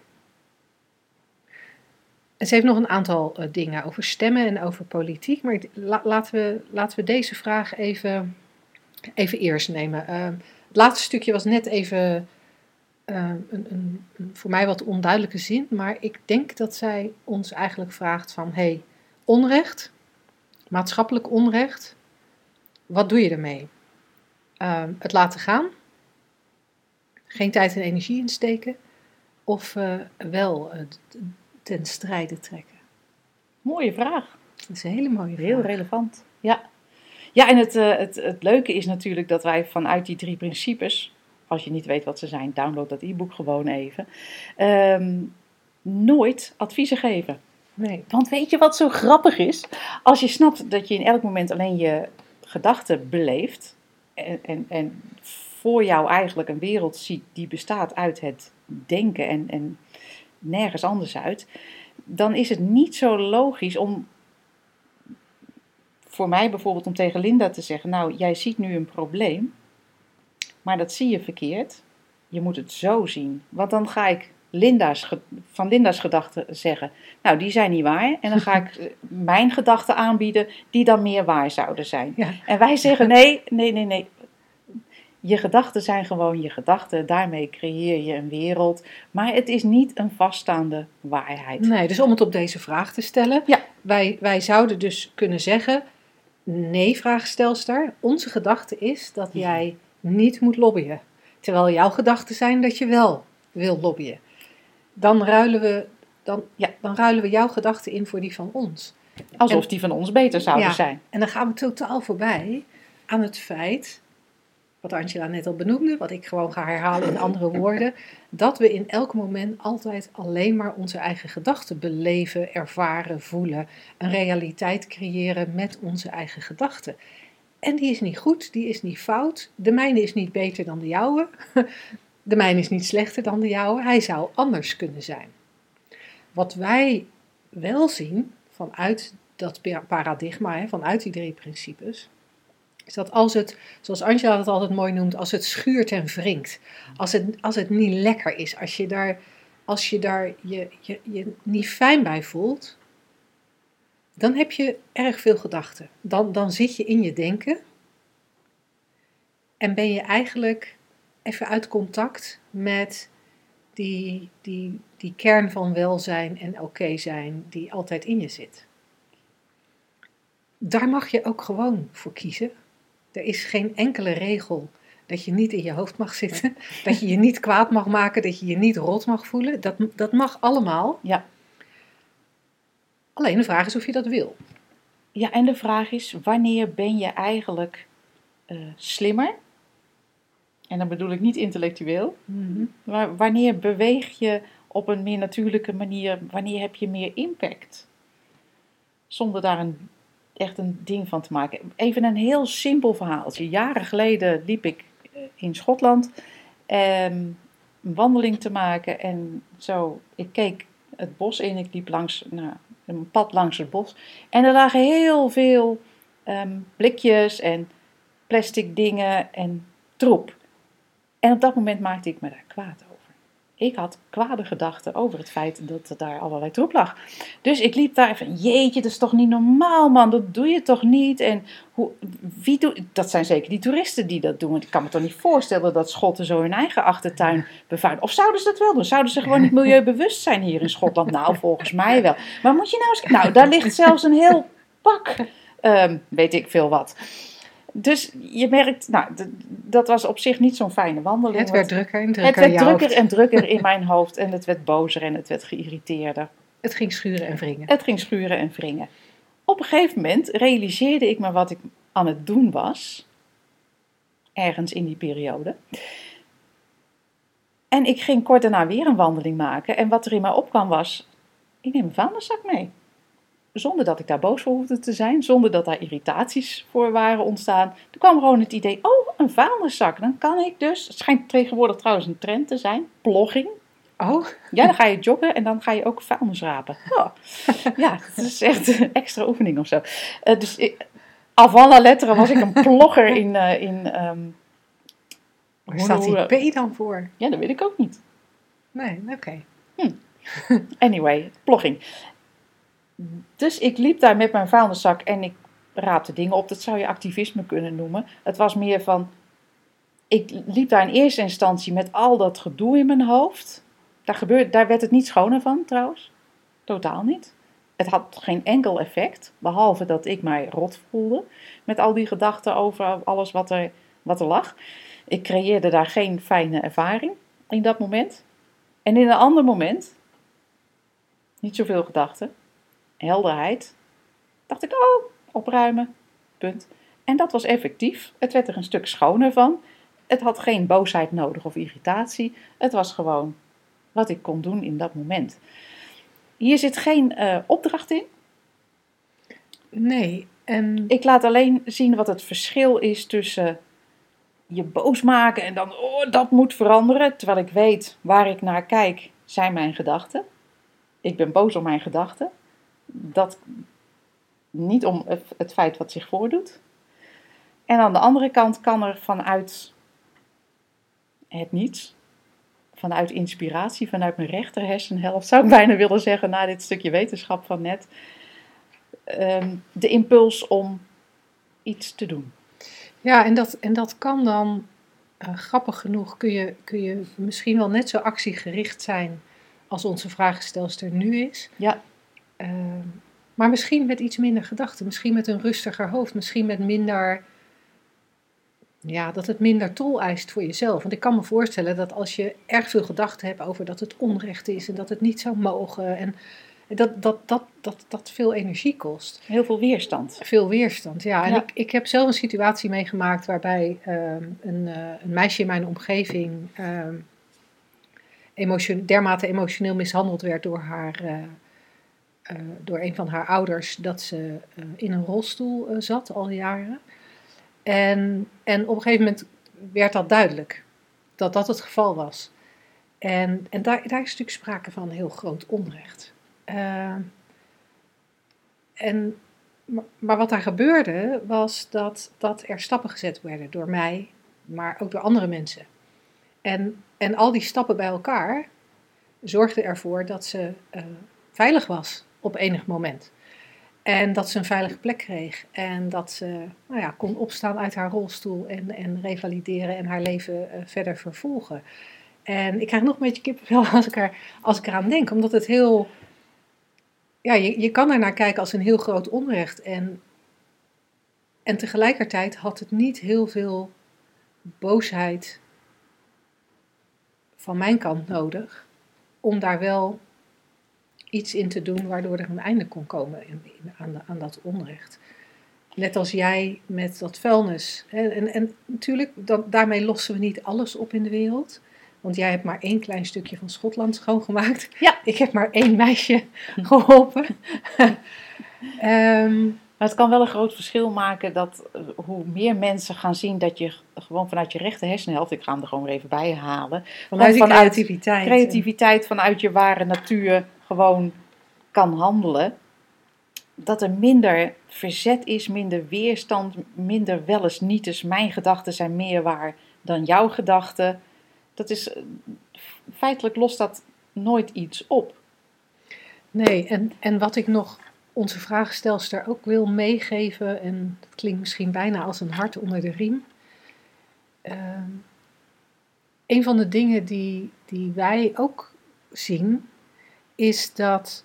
En ze heeft nog een aantal uh, dingen over stemmen en over politiek, maar la, laten, we, laten we deze vraag even, even eerst nemen. Uh, het laatste stukje was net even uh, een, een, een voor mij wat onduidelijke zin, maar ik denk dat zij ons eigenlijk vraagt van, hey, onrecht, maatschappelijk onrecht, wat doe je ermee? Uh, het laten gaan, geen tijd en energie insteken, of uh, wel uh, ten strijde trekken? Mooie vraag. Dat is een hele mooie vraag. Heel relevant. Ja, ja en het, uh, het, het leuke is natuurlijk dat wij vanuit die drie principes, als je niet weet wat ze zijn, download dat e-book gewoon even, um, nooit adviezen geven. Nee. Want weet je wat zo grappig is? Als je snapt dat je in elk moment alleen je gedachten beleeft en, en, en voor jou eigenlijk een wereld ziet die bestaat uit het denken en, en nergens anders uit, dan is het niet zo logisch om, voor mij bijvoorbeeld, om tegen Linda te zeggen, nou, jij ziet nu een probleem, maar dat zie je verkeerd. Je moet het zo zien. Want dan ga ik Linda's, van Linda's gedachten zeggen, nou, die zijn niet waar. En dan ga ik mijn gedachten aanbieden, die dan meer waar zouden zijn. Ja. En wij zeggen, nee, nee, nee, nee. Je gedachten zijn gewoon je gedachten. Daarmee creëer je een wereld. Maar het is niet een vaststaande waarheid. Nee, dus om het op deze vraag te stellen. Ja. Wij, wij zouden dus kunnen zeggen, nee, vraagstelster. Onze gedachte is dat jij niet moet lobbyen. Terwijl jouw gedachten zijn dat je wel wil lobbyen. Dan ruilen we, dan, ja, dan ruilen we jouw gedachten in voor die van ons. Alsof en, die van ons beter zouden ja, zijn. En dan gaan we totaal voorbij aan het feit, wat Angela net al benoemde, wat ik gewoon ga herhalen in andere woorden, dat we in elk moment altijd alleen maar onze eigen gedachten beleven, ervaren, voelen. Een realiteit creëren met onze eigen gedachten. En die is niet goed, die is niet fout. De mijne is niet beter dan de jouwe. De mijne is niet slechter dan de jouwe. Hij zou anders kunnen zijn. Wat wij wel zien vanuit dat paradigma, vanuit die drie principes, is dat als het, zoals Angela het altijd mooi noemt, als het schuurt en wringt, als het, als het niet lekker is, als je daar, als je, daar je, je, je niet fijn bij voelt, dan heb je erg veel gedachten. Dan, dan zit je in je denken En ben je eigenlijk even uit contact met die, die, die kern van welzijn en oké zijn die altijd in je zit. Daar mag je ook gewoon voor kiezen. Er is geen enkele regel dat je niet in je hoofd mag zitten. Dat je je niet kwaad mag maken, dat je je niet rot mag voelen. Dat, dat mag allemaal. Ja. Alleen de vraag is of je dat wil. Ja, en de vraag is, wanneer ben je eigenlijk uh, slimmer? En dan bedoel ik niet intellectueel. Mm-hmm. Maar wanneer beweeg je op een meer natuurlijke manier? Wanneer heb je meer impact? Zonder daar een, echt een ding van te maken. Even een heel simpel verhaaltje. Jaren geleden liep ik in Schotland um, een wandeling te maken. En zo, ik keek het bos in. Ik liep langs, nou, een pad langs het bos. En er lagen heel veel um, blikjes en plastic dingen en troep. En op dat moment maakte ik me daar kwaad over. Ik had kwade gedachten over het feit dat er daar allerlei troep lag. Dus ik liep daar van, jeetje, dat is toch niet normaal, man, dat doe je toch niet? En hoe, wie doet, dat zijn zeker die toeristen die dat doen. Ik kan me toch niet voorstellen dat Schotten zo hun eigen achtertuin bevuilen. Of zouden ze dat wel doen? Zouden ze gewoon niet milieubewust zijn hier in Schotland? Nou, volgens mij wel. Maar moet je nou eens... Nou, daar ligt zelfs een heel pak, um, weet ik veel wat. Dus je merkt, nou, d- dat was op zich niet zo'n fijne wandeling. Het werd drukker en drukker. Het werd in je drukker hoofd. en drukker in mijn hoofd en het werd bozer en het werd geïrriteerder. Het ging schuren en wringen. Het ging schuren en wringen. Op een gegeven moment realiseerde ik me wat ik aan het doen was. Ergens in die periode. En ik ging kort daarna weer een wandeling maken. En wat er in mij opkwam was, ik neem een vuilniszak mee. Zonder dat ik daar boos voor hoefde te zijn. Zonder dat daar irritaties voor waren ontstaan. Er kwam gewoon het idee, oh, een vuilniszak. Dan kan ik dus, het schijnt tegenwoordig trouwens een trend te zijn, plogging. Oh, Ja, dan ga je joggen en dan ga je ook vuilnis rapen. Oh. Ja, dat is echt een extra oefening of zo. Uh, dus ik, avant la lettre was ik een plogger in... Uh, in um, waar staat die P dan voor? Ja, dat weet ik ook niet. Nee, oké. Okay. Hm. Anyway, plogging. Dus ik liep daar met mijn vuilniszak en ik raapte dingen op. Dat zou je activisme kunnen noemen. Het was meer van... Ik liep daar in eerste instantie met al dat gedoe in mijn hoofd. Daar, gebeurde, daar werd het niet schoner van trouwens. Totaal niet. Het had geen enkel effect. Behalve dat ik mij rot voelde. Met al die gedachten over alles wat er, wat er lag. Ik creëerde daar geen fijne ervaring in dat moment. En in een ander moment... Niet zoveel gedachten. Helderheid. Dacht ik, oh, opruimen. Punt. En dat was effectief. Het werd er een stuk schoner van. Het had geen boosheid nodig of irritatie. Het was gewoon wat ik kon doen in dat moment. Hier zit geen uh, opdracht in. Nee. En... Ik laat alleen zien wat het verschil is tussen je boos maken en dan, oh, dat moet veranderen. Terwijl ik weet waar ik naar kijk, zijn mijn gedachten. Ik ben boos om mijn gedachten. Dat niet om het feit wat zich voordoet. En aan de andere kant kan er vanuit het niets, vanuit inspiratie, vanuit mijn rechter hersenhelft, zou ik bijna willen zeggen, na dit stukje wetenschap van net, um, de impuls om iets te doen. Ja, en dat, en dat kan dan, uh, grappig genoeg, kun je, kun je misschien wel net zo actiegericht zijn als onze vragenstelster nu is. Ja. Uh, maar misschien met iets minder gedachten, misschien met een rustiger hoofd, misschien met minder... Ja, dat het minder tol eist voor jezelf. Want ik kan me voorstellen dat als je erg veel gedachten hebt over dat het onrecht is en dat het niet zou mogen. En dat dat, dat, dat, dat veel energie kost. Heel veel weerstand. Veel weerstand, ja. En ja. ik, ik heb zelf een situatie meegemaakt waarbij um, een, uh, een meisje in mijn omgeving um, emotion, dermate emotioneel mishandeld werd door, haar, uh, uh, door een van haar ouders. Dat ze uh, in een rolstoel uh, zat al jaren. En, en op een gegeven moment werd dat duidelijk, dat dat het geval was. En, en daar, daar is natuurlijk sprake van heel groot onrecht. Uh, en, maar, maar wat daar gebeurde, was dat, dat er stappen gezet werden door mij, maar ook door andere mensen. En, en al die stappen bij elkaar zorgden ervoor dat ze uh, veilig was op enig moment. En dat ze een veilige plek kreeg. En dat ze nou ja, kon opstaan uit haar rolstoel en, en revalideren en haar leven uh, verder vervolgen. En ik krijg nog een beetje kippenvel als ik, er, als ik eraan denk. Omdat het heel... Ja, je, je kan er naar kijken als een heel groot onrecht. En, en tegelijkertijd had het niet heel veel boosheid van mijn kant nodig. Om daar wel iets in te doen waardoor er een einde kon komen in, in, aan, de, aan dat onrecht. Net als jij met dat vuilnis. Hè, en, en natuurlijk, dat, daarmee lossen we niet alles op in de wereld. Want jij hebt maar één klein stukje van Schotland schoongemaakt. Ja. Ik heb maar één meisje geholpen. um, Maar het kan wel een groot verschil maken dat uh, hoe meer mensen gaan zien dat je gewoon vanuit je rechte hersenhelft, ik ga hem er gewoon weer even bij halen. Vanuit, vanuit creativiteit. Creativiteit, vanuit je ware natuur gewoon kan handelen. Dat er minder verzet is, minder weerstand, minder wel eens niet eens. Mijn gedachten zijn meer waar dan jouw gedachten. Dat is, feitelijk lost dat nooit iets op. Nee, en, en wat ik nog onze vraagstelster ook wil meegeven, en dat klinkt misschien bijna als een hart onder de riem. Uh, een van de dingen die, die wij ook zien, is dat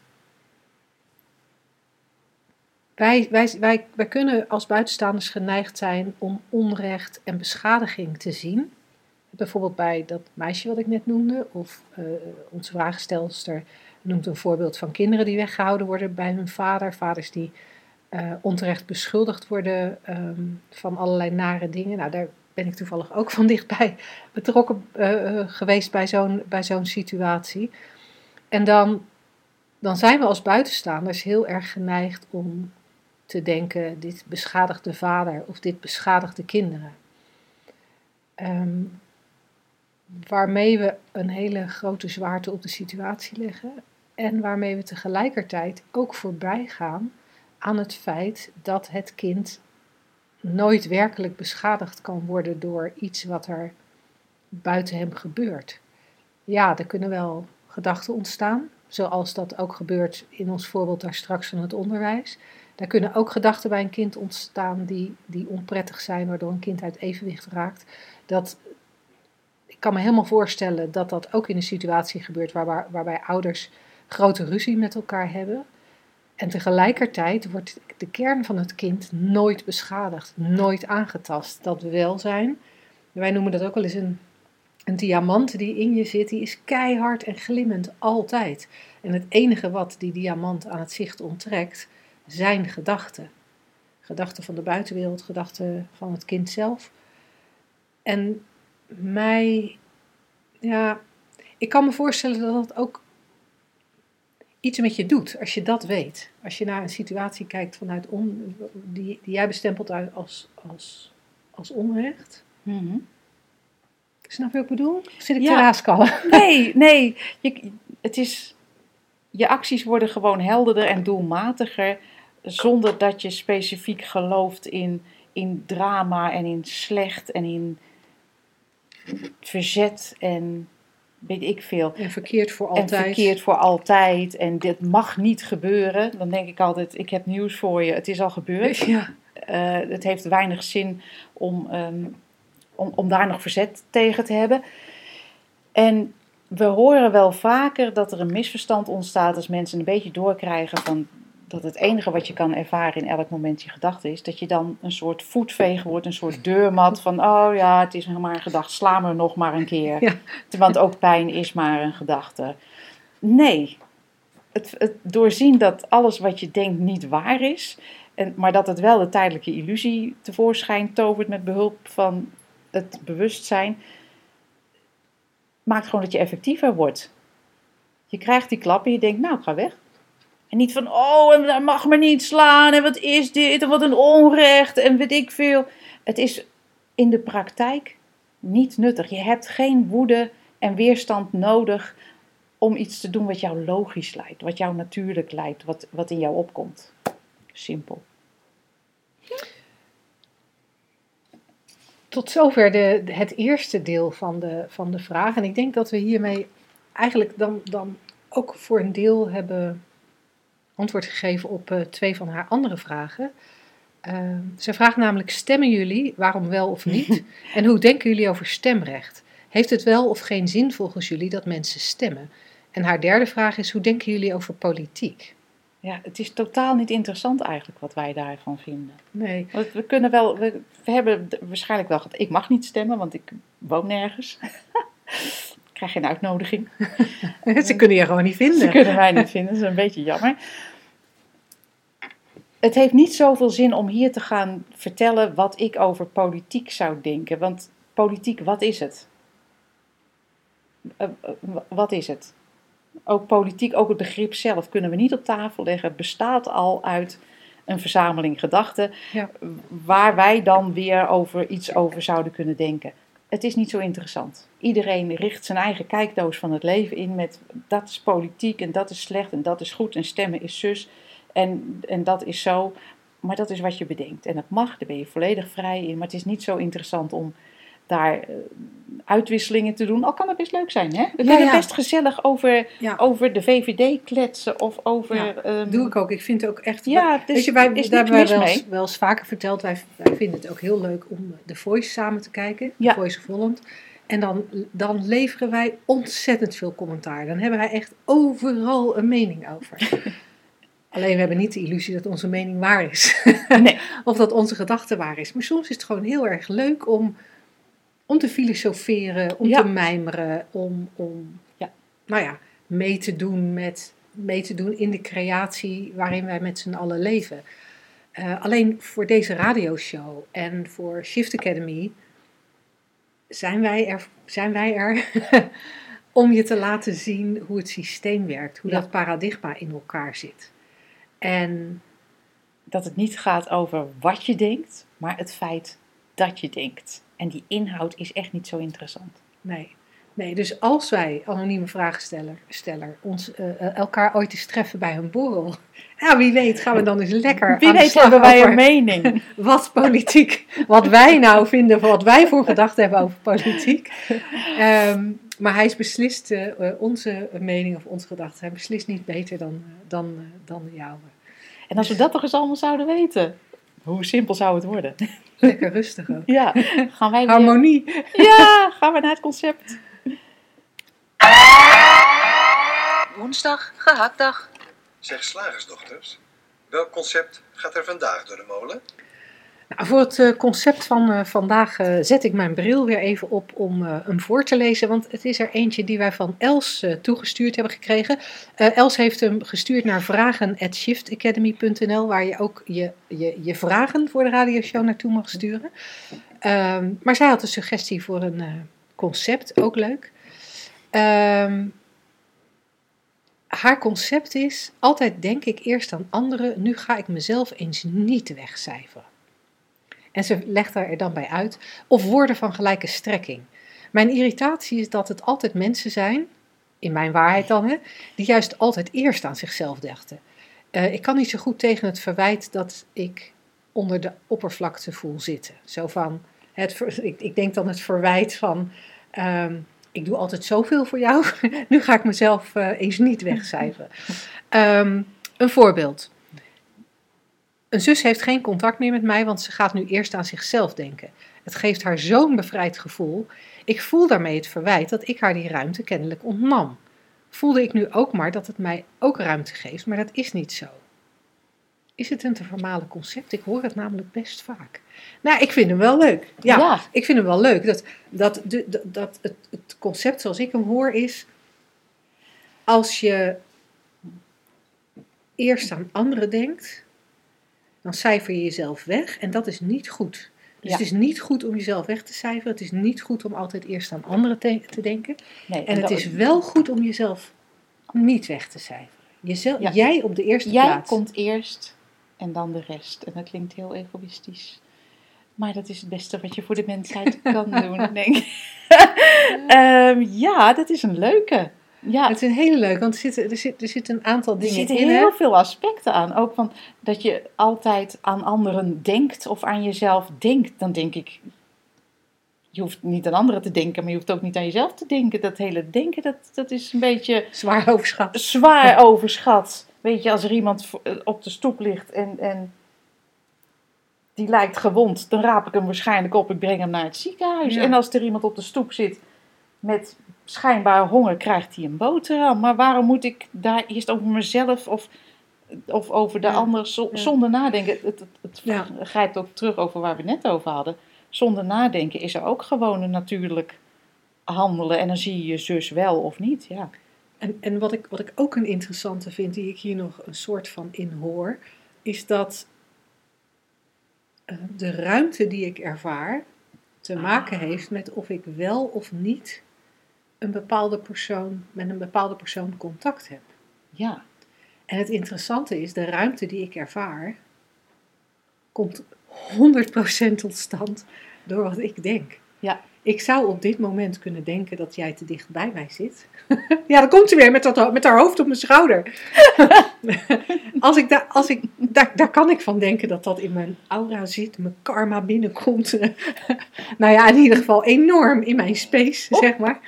wij, wij, wij, wij kunnen als buitenstaanders geneigd zijn om onrecht en beschadiging te zien. Bijvoorbeeld bij dat meisje wat ik net noemde, of uh, onze vraagstelster noemt een voorbeeld van kinderen die weggehouden worden bij hun vader. Vaders die uh, onterecht beschuldigd worden um, van allerlei nare dingen. Nou, daar ben ik toevallig ook van dichtbij betrokken uh, geweest bij zo'n, bij zo'n situatie. En dan, dan zijn we als buitenstaanders heel erg geneigd om te denken, dit beschadigt de vader of dit beschadigt de kinderen. Um, waarmee we een hele grote zwaarte op de situatie leggen. En waarmee we tegelijkertijd ook voorbij gaan aan het feit dat het kind nooit werkelijk beschadigd kan worden door iets wat er buiten hem gebeurt. Ja, er kunnen wel gedachten ontstaan, zoals dat ook gebeurt in ons voorbeeld daar straks van het onderwijs. Daar kunnen ook gedachten bij een kind ontstaan die, die onprettig zijn, waardoor een kind uit evenwicht raakt. Dat, ik kan me helemaal voorstellen dat dat ook in een situatie gebeurt waarbij, waarbij ouders grote ruzie met elkaar hebben. En tegelijkertijd wordt de kern van het kind nooit beschadigd, nooit aangetast. Dat welzijn, wij noemen dat ook wel eens een, een diamant die in je zit, die is keihard en glimmend altijd. En het enige wat die diamant aan het zicht onttrekt, zijn gedachten. Gedachten van de buitenwereld, gedachten van het kind zelf. En mij, ja, ik kan me voorstellen dat dat ook iets met je doet, als je dat weet. Als je naar een situatie kijkt vanuit on, die, die jij bestempelt als, als, als onrecht. Mm-hmm. Snap je wat ik bedoel? Zit ik Ja. te raaskallen? Nee, nee. Je, het is, je acties worden gewoon helderder en doelmatiger, zonder dat je specifiek gelooft in, in drama en in slecht en in verzet en weet ik veel. En verkeerd voor altijd. En verkeerd voor altijd. En dit mag niet gebeuren. Dan denk ik altijd, ik heb nieuws voor je. Het is al gebeurd. Ja. Uh, het heeft weinig zin om, um, om, om daar nog verzet tegen te hebben. En we horen wel vaker dat er een misverstand ontstaat als mensen een beetje doorkrijgen van dat het enige wat je kan ervaren in elk moment je gedachte is, dat je dan een soort voetveeg wordt, een soort deurmat van, oh ja, het is maar een gedachte, sla me nog maar een keer. Ja. Want ook pijn is maar een gedachte. Nee, het, het doorzien dat alles wat je denkt niet waar is, en, maar dat het wel de tijdelijke illusie tevoorschijn tovert met behulp van het bewustzijn, maakt gewoon dat je effectiever wordt. Je krijgt die klap en je denkt, nou, ik ga weg. En niet van, oh, en dat mag me niet slaan, en wat is dit, en wat een onrecht, en weet ik veel. Het is in de praktijk niet nuttig. Je hebt geen woede en weerstand nodig om iets te doen wat jou logisch lijkt, wat jou natuurlijk lijkt, wat, wat in jou opkomt. Simpel. Tot zover de, het eerste deel van de, van de vraag. En ik denk dat we hiermee eigenlijk dan, dan ook voor een deel hebben antwoord gegeven op uh, twee van haar andere vragen. Uh, ze vraagt namelijk, stemmen jullie, waarom wel of niet? En hoe denken jullie over stemrecht? Heeft het wel of geen zin volgens jullie dat mensen stemmen? En haar derde vraag is, hoe denken jullie over politiek? Ja, het is totaal niet interessant eigenlijk wat wij daarvan vinden. Nee. Want we kunnen wel, we, we hebben waarschijnlijk wel gehad, ik mag niet stemmen, want ik woon nergens. Ik krijg geen uitnodiging. Ze kunnen je gewoon niet vinden. Ze kunnen mij niet vinden, dat is een beetje jammer. Het heeft niet zoveel zin om hier te gaan vertellen wat ik over politiek zou denken. Want politiek, wat is het? Uh, uh, wat is het? Ook politiek, ook het begrip zelf kunnen we niet op tafel leggen. Het bestaat al uit een verzameling gedachten, ja, waar wij dan weer over iets over zouden kunnen denken. Het is niet zo interessant. Iedereen richt zijn eigen kijkdoos van het leven in met dat is politiek en dat is slecht en dat is goed en stemmen is zus en, en dat is zo. Maar dat is wat je bedenkt. En dat mag, daar ben je volledig vrij in. Maar het is niet zo interessant om daar uh, uitwisselingen te doen. Al kan het best leuk zijn, hè? We ja, kunnen ja. best gezellig over, ja. over de V V D kletsen of over... Ja, um, doe ik ook. Ik vind het ook echt... Ja, dus weet je, wij, is daar hebben wij wel mee. eens, wel eens vaker verteld. Wij, wij vinden het ook heel leuk om The Voice samen te kijken. Ja. The Voice of Holland. En dan, dan leveren wij ontzettend veel commentaar. Dan hebben wij echt overal een mening over. Alleen we hebben niet de illusie dat onze mening waar is. Nee. Of dat onze gedachte waar is. Maar soms is het gewoon heel erg leuk om... Om te filosoferen, om ja. te mijmeren, om, om ja. Nou ja, mee, te doen met, mee te doen in de creatie waarin wij met z'n allen leven. Uh, alleen voor deze radioshow en voor Shift Academy zijn wij er, zijn wij er om je te laten zien hoe het systeem werkt, hoe ja. dat paradigma in elkaar zit. En dat het niet gaat over wat je denkt, maar het feit dat je denkt. En die inhoud is echt niet zo interessant. Nee, nee dus als wij, anonieme vragensteller, steller, ons, uh, elkaar ooit eens treffen bij een borrel. Ja, wie weet gaan we dan eens lekker wie aan de weet slag hebben wij over een mening. Wat politiek, wat wij nou vinden, wat wij voor gedachten hebben over politiek. Um, maar hij is beslist, uh, onze mening of onze gedachten zijn beslist niet beter dan, dan, uh, dan de jouwe. En als we dat toch eens allemaal zouden weten, hoe simpel zou het worden? Lekker rustig ook. Ja, gaan wij weer... Harmonie. Ja, gaan we naar het concept. Woensdag, gehaktdag. Zeg slagersdochters, welk concept gaat er vandaag door de molen? Nou, voor het uh, concept van uh, vandaag uh, zet ik mijn bril weer even op om uh, hem voor te lezen. Want het is er eentje die wij van Els uh, toegestuurd hebben gekregen. Uh, Els heeft hem gestuurd naar vragen at shift academy punt n l, waar je ook je, je, je vragen voor de radioshow naartoe mag sturen. Um, maar zij had een suggestie voor een uh, concept, ook leuk. Um, haar concept is, altijd denk ik eerst aan anderen, nu ga ik mezelf eens niet wegcijferen. En ze legt er dan bij uit, of woorden van gelijke strekking. Mijn irritatie is dat het altijd mensen zijn, in mijn waarheid dan, hè, die juist altijd eerst aan zichzelf dachten. Uh, ik kan niet zo goed tegen het verwijt dat ik onder de oppervlakte voel zitten. Zo van, het, ik, ik denk dan het verwijt van, um, ik doe altijd zoveel voor jou, nu ga ik mezelf uh, eens niet wegcijferen. Um, een voorbeeld. Een zus heeft geen contact meer met mij, want ze gaat nu eerst aan zichzelf denken. Het geeft haar zo'n bevrijd gevoel. Ik voel daarmee het verwijt dat ik haar die ruimte kennelijk ontnam. Voelde ik nu ook maar dat het mij ook ruimte geeft, maar dat is niet zo. Is het een te vermalen concept? Ik hoor het namelijk best vaak. Nou, ik vind hem wel leuk. Ja, ja. Ik vind hem wel leuk. Dat, dat, de, dat het, het concept zoals ik hem hoor is, als je eerst aan anderen denkt, dan cijfer je jezelf weg en dat is niet goed. Dus ja. Het is niet goed om jezelf weg te cijferen. Het is niet goed om altijd eerst aan anderen te, te denken. Nee, en, en het is wel goed om jezelf niet weg te cijferen. Jezelf, ja. Jij op de eerste jij plaats. Jij komt eerst en dan de rest. En dat klinkt heel egoïstisch. Maar dat is het beste wat je voor de mensheid kan doen, denk ik. um, ja, dat is een leuke. Ja. Het is een hele leuke, want er zitten er zit, er zit een aantal dingen in. Er zitten in, heel hè? veel aspecten aan. Ook van dat je altijd aan anderen denkt of aan jezelf denkt. Dan denk ik, je hoeft niet aan anderen te denken, maar je hoeft ook niet aan jezelf te denken. Dat hele denken, dat, dat is een beetje... Zwaar overschat. Zwaar overschat. Weet je, als er iemand op de stoep ligt en, en die lijkt gewond, dan raap ik hem waarschijnlijk op. Ik breng hem naar het ziekenhuis. Ja. En als er iemand op de stoep zit met schijnbaar honger, krijgt hij een boterham. Maar waarom moet ik daar eerst over mezelf of, of over de Ja. ander zo, Ja. zonder nadenken? Het, het, het Ja. grijpt ook terug over waar we het net over hadden. Zonder nadenken is er ook gewoon een natuurlijk handelen. En dan zie je je zus wel of niet. Ja. En, en wat, ik, wat ik ook een interessante vind, die ik hier nog een soort van in hoor, is dat uh, de ruimte die ik ervaar te maken heeft met of ik wel of niet een bepaalde persoon, met een bepaalde persoon contact heb. Ja. En het interessante is, de ruimte die ik ervaar, komt honderd procent tot stand door wat ik denk. Ja. Ik zou op dit moment kunnen denken dat jij te dicht bij mij zit. Ja, dan komt ze weer met, dat, met haar hoofd op mijn schouder. als ik daar, als ik, daar, daar kan ik van denken dat dat in mijn aura zit, mijn karma binnenkomt. Nou ja, in ieder geval enorm in mijn space, zeg maar.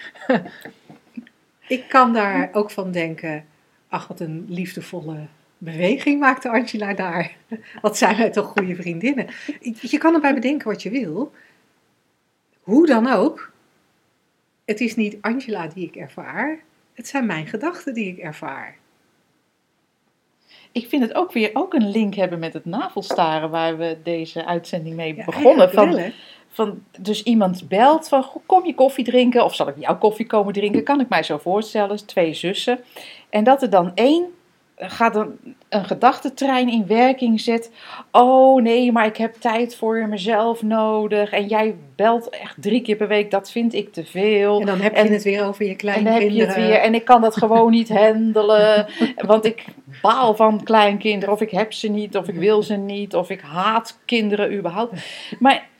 Ik kan daar ook van denken, ach, wat een liefdevolle beweging maakte Angela daar. Wat zijn wij toch goede vriendinnen. Je kan erbij bedenken wat je wil. Hoe dan ook, het is niet Angela die ik ervaar, het zijn mijn gedachten die ik ervaar. Ik vind het ook weer ook een link hebben met het navelstaren waar we deze uitzending mee Ja, begonnen. Van, wel, hè? van, dus iemand belt van, goh, kom je koffie drinken of zal ik jouw koffie komen drinken? Kan ik mij zo voorstellen, twee zussen. En dat er dan één gaat een, een gedachtentrein in werking zet. Oh nee, maar ik heb tijd voor mezelf nodig. En jij belt echt drie keer per week, dat vind ik te veel. En dan heb je En- het weer over je En dan kleinkinderen. heb je het weer. En ik kan dat gewoon niet handelen. Want ik baal van kleinkinderen. Of ik heb ze niet. Of ik wil ze niet. Of ik haat kinderen überhaupt. Maar,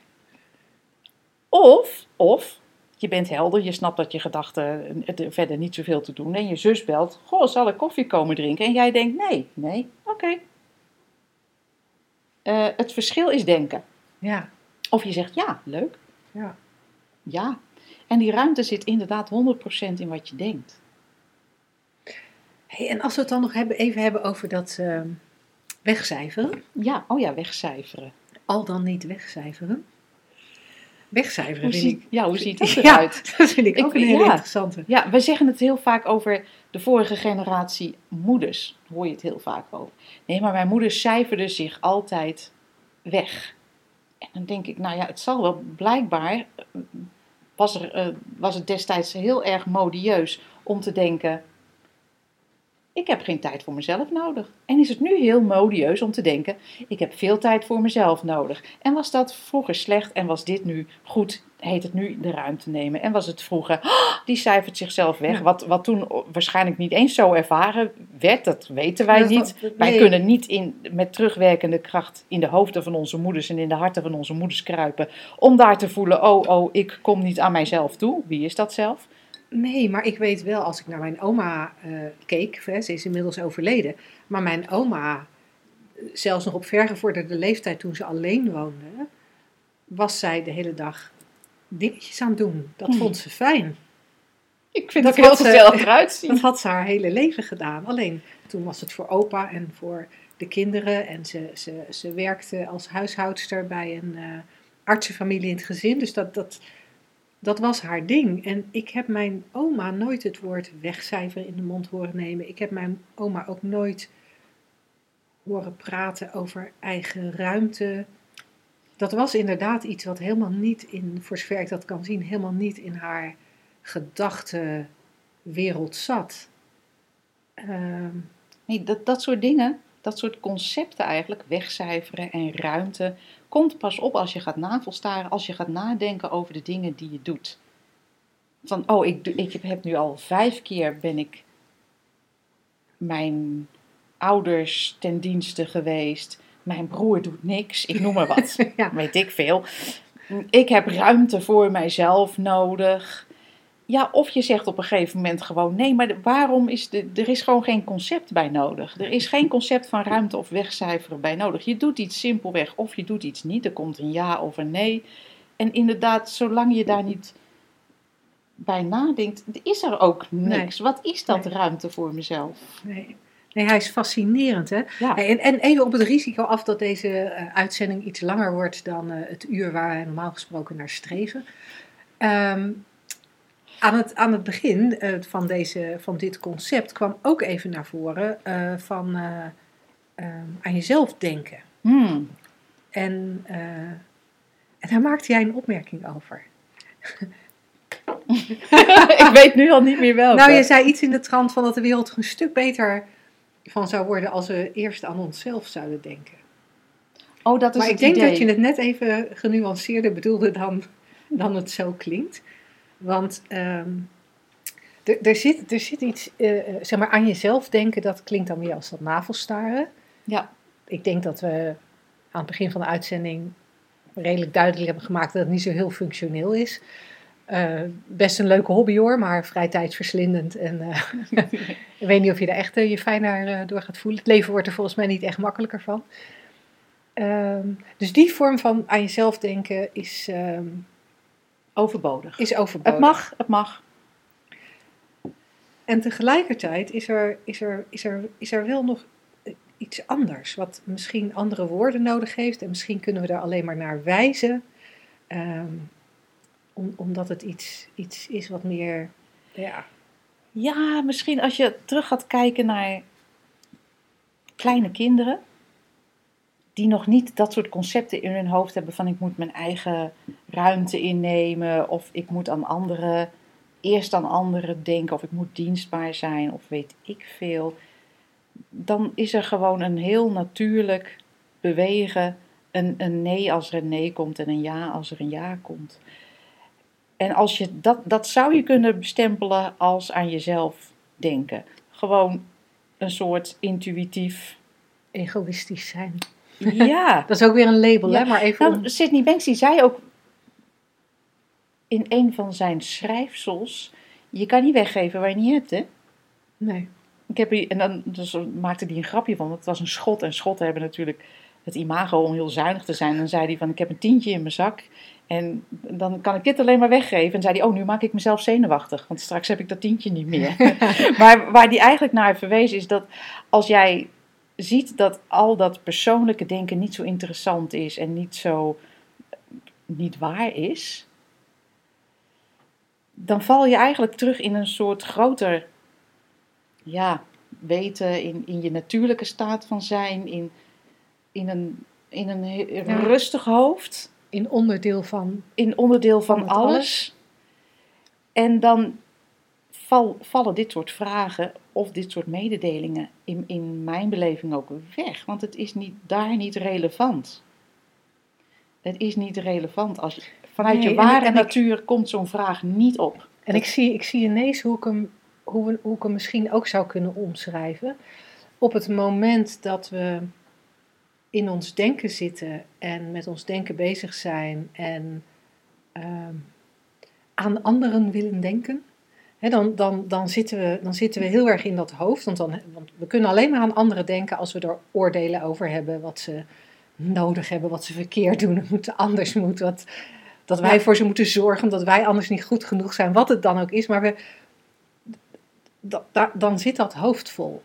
of, of, je bent helder. Je snapt dat je gedachten er verder niet zoveel te doen. En je zus belt. Goh, zal ik koffie komen drinken? En jij denkt, nee, nee, oké. Eh, het verschil is denken. Ja, Of je zegt, ja, leuk. ja. Ja. En die ruimte zit inderdaad honderd procent in wat je denkt. Hey, en als we het dan nog hebben, even hebben over dat uh, wegcijferen. Ja, oh ja, wegcijferen. Al dan niet wegcijferen. Wegcijferen Hoe vind ziet, ik... ja, hoe ziet dat Ja, eruit? dat vind ik Ik ook een vind- hele ja. interessante. Ja, we zeggen het heel vaak over de vorige generatie moeders. Daar hoor je het heel vaak over. Nee, maar mijn moeder cijferde zich altijd weg. En dan denk ik, nou ja, het zal wel blijkbaar... eh, Was, er, eh, was het destijds heel erg modieus om te denken... Ik heb geen tijd voor mezelf nodig. En is het nu heel modieus om te denken... Ik heb veel tijd voor mezelf nodig. En was dat vroeger slecht en was dit nu goed... Heet het nu de ruimte nemen. En was het vroeger... "Oh, die cijfert zichzelf weg. Ja. Wat, wat toen waarschijnlijk niet eens zo ervaren werd. Dat weten wij Dat- niet. dat- Wij nee. kunnen niet in, met terugwerkende kracht... in de hoofden van onze moeders en in de harten van onze moeders kruipen... om daar te voelen... Oh, oh, ik kom niet aan mijzelf toe. Wie is dat zelf? Nee, maar ik weet wel, als ik naar mijn oma eh, keek, hè, ze is inmiddels overleden, maar mijn oma, eh, zelfs nog op vergevorderde leeftijd toen ze alleen woonde, was zij de hele dag dingetjes aan het doen. Dat Hmm. vond ze fijn. Ik vind Dat het heel had ze- gezellig eruit zien. Dat had ze haar hele leven gedaan. Alleen toen was het voor opa en voor de kinderen en ze, ze, ze werkte als huishoudster bij een eh, artsenfamilie in het gezin, dus dat... dat Dat was haar ding. En ik heb mijn oma nooit het woord wegcijferen in de mond horen nemen. Ik heb mijn oma ook nooit horen praten over eigen ruimte. Dat was inderdaad iets wat helemaal niet in, voor zover ik dat kan zien, helemaal niet in haar gedachtenwereld zat. Ehm, Nee, dat, dat soort dingen, dat soort concepten eigenlijk, wegcijferen en ruimte, komt pas op als je gaat navelstaren, als je gaat nadenken over de dingen die je doet. Van, oh, ik, doe- ik heb nu al vijf keer ben ik mijn ouders ten dienste geweest. Mijn broer doet niks, ik noem maar wat, ja. weet ik veel. Ik heb ruimte voor mijzelf nodig. Ja, of je zegt op een gegeven moment gewoon, nee, maar de- waarom is de, er is gewoon geen concept bij nodig. Er is geen concept van ruimte of wegcijferen bij nodig. Je doet iets simpelweg of je doet iets niet. Er komt een ja of een nee. En inderdaad, zolang je daar niet bij nadenkt, is er ook niks. Wat is dat Nee. ruimte voor mezelf? Nee. Nee, hij is fascinerend, hè? Ja. Hey, En, en even op het risico af dat deze eh, uitzending iets langer wordt dan eh, het uur waar wij normaal gesproken naar streven. Ehm, aan, het, aan het begin eh, van, deze, van dit concept kwam ook even naar voren eh, van eh, ehm, aan jezelf denken. Hmm. En, eh, en daar maakte jij een opmerking over. Ik weet nu al niet meer welke. Nou, je zei iets in de trant van dat de wereld er een stuk beter van zou worden als we eerst aan onszelf zouden denken. Oh, dat is Maar ik het denk idee. dat je het net even genuanceerder bedoelde dan, dan het zo klinkt. Want ehm, er, er, zit, er zit iets, eh, eh, zeg maar, aan jezelf denken, dat klinkt dan meer als dat navelstaren. Ja. Ik denk dat we aan het begin van de uitzending redelijk duidelijk hebben gemaakt dat het niet zo heel functioneel is. Eh, best een leuke hobby hoor, maar vrij tijdsverslindend. En eh, ik weet niet of je er echt eh, je fijn naar eh, door gaat voelen. Het leven wordt er volgens mij niet echt makkelijker van. Ehm, dus die vorm van aan jezelf denken is, ehm, Overbodig. is overbodig. Het mag, het mag. En tegelijkertijd is er, is, er, is, er, is er wel nog iets anders, wat misschien andere woorden nodig heeft. En misschien kunnen we daar alleen maar naar wijzen. Ehm, om, omdat het iets, iets is wat meer, ja, Ja, misschien als je terug gaat kijken naar kleine kinderen. Die nog niet dat soort concepten in hun hoofd hebben van ik moet mijn eigen ruimte innemen. Of ik moet aan anderen, eerst aan anderen denken. Of ik moet dienstbaar zijn of weet ik veel. Dan is er gewoon een heel natuurlijk bewegen. Een, een nee als er een nee komt en een ja als er een ja komt. En als je dat, dat zou je kunnen bestempelen als aan jezelf denken. Gewoon een soort intuïtief, egoïstisch zijn. ja. Dat is ook weer een label, Ja. hè? Maar even om... Nou, Sydney Banks die zei ook in een van zijn schrijfsels, je kan niet weggeven waar je niet hebt, hè? Nee. Ik heb hier, en dan dus maakte hij een grapje van, het was een Schot. En Schotten hebben natuurlijk het imago om heel zuinig te zijn. Dan zei hij van, ik heb een tientje in mijn zak en dan kan ik dit alleen maar weggeven. En zei hij, oh, nu maak ik mezelf zenuwachtig, want straks heb ik dat tientje niet meer. Maar waar hij eigenlijk naar verwezen is dat als jij ziet dat al dat persoonlijke denken niet zo interessant is en niet zo niet waar is, dan val je eigenlijk terug in een soort groter, ja, weten, in, in je natuurlijke staat van zijn, in, in een, in een he- Ja. rustig hoofd, In onderdeel van... in onderdeel van, Van het alles. alles. En dan val, vallen dit soort vragen of dit soort mededelingen in, in mijn beleving ook weg. Want het is niet, daar niet relevant. Het is niet relevant. Als je, vanuit Nee, je en- ware en ik- natuur komt zo'n vraag niet op. En ik zie, ik zie ineens hoe ik, hem, hoe, we- hoe ik hem misschien ook zou kunnen omschrijven. Op het moment dat we in ons denken zitten en met ons denken bezig zijn en ehm, aan anderen willen denken, hè, dan, dan, dan, zitten we, dan zitten we heel erg in dat hoofd. Want, dan, want we kunnen alleen maar aan anderen denken als we er oordelen over hebben, wat ze nodig hebben, wat ze verkeerd doen, hoe het anders moet, wat, dat wij Ja. voor ze moeten zorgen, omdat wij anders niet goed genoeg zijn, wat het dan ook is. Maar we, da, da- dan zit dat hoofd vol.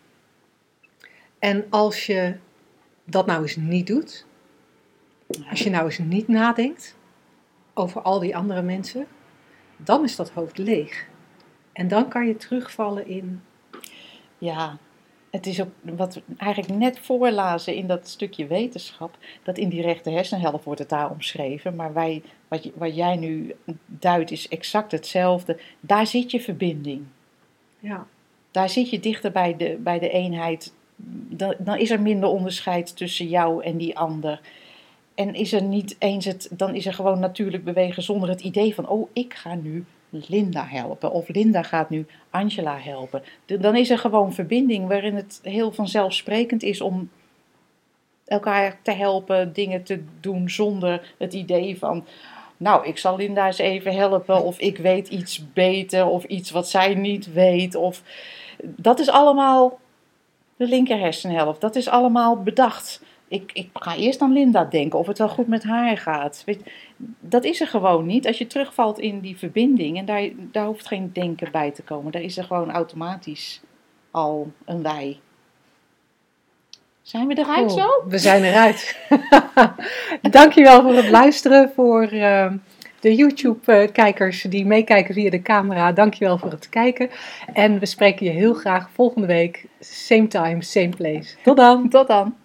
En als je dat nou eens niet doet, als je nou eens niet nadenkt over al die andere mensen, dan is dat hoofd leeg. En dan kan je terugvallen in... Ja, het is ook wat we eigenlijk net voorlazen in dat stukje wetenschap, dat in die rechter hersenhelft wordt het daar omschreven, maar wij, wat, je- wat jij nu duidt is exact hetzelfde. Daar zit je verbinding. Ja, Daar zit je dichter bij de, bij de eenheid. Dan, dan is er minder onderscheid tussen jou en die ander. En is er niet eens het, dan is er gewoon natuurlijk bewegen zonder het idee van, oh, ik ga nu Linda helpen. Of Linda gaat nu Angela helpen. De- dan is er gewoon verbinding waarin het heel vanzelfsprekend is om elkaar te helpen, dingen te doen zonder het idee van, nou, ik zal Linda eens even helpen. Of ik weet iets beter. Of iets wat zij niet weet. Of dat is allemaal de linker hersenhelft. Dat is allemaal bedacht. Ik, ik ga eerst aan Linda denken of het wel goed met haar gaat. Weet, dat is er gewoon niet. Als je terugvalt in die verbinding en daar, daar hoeft geen denken bij te komen. Daar is er gewoon automatisch al een wij. Zijn we eruit Oh, zo? we zijn eruit. Dankjewel voor het luisteren. Voor uh, de YouTube-kijkers die meekijken via de camera. Dankjewel voor het kijken. En we spreken je heel graag volgende week. Same time, same place. Tot dan. Tot dan.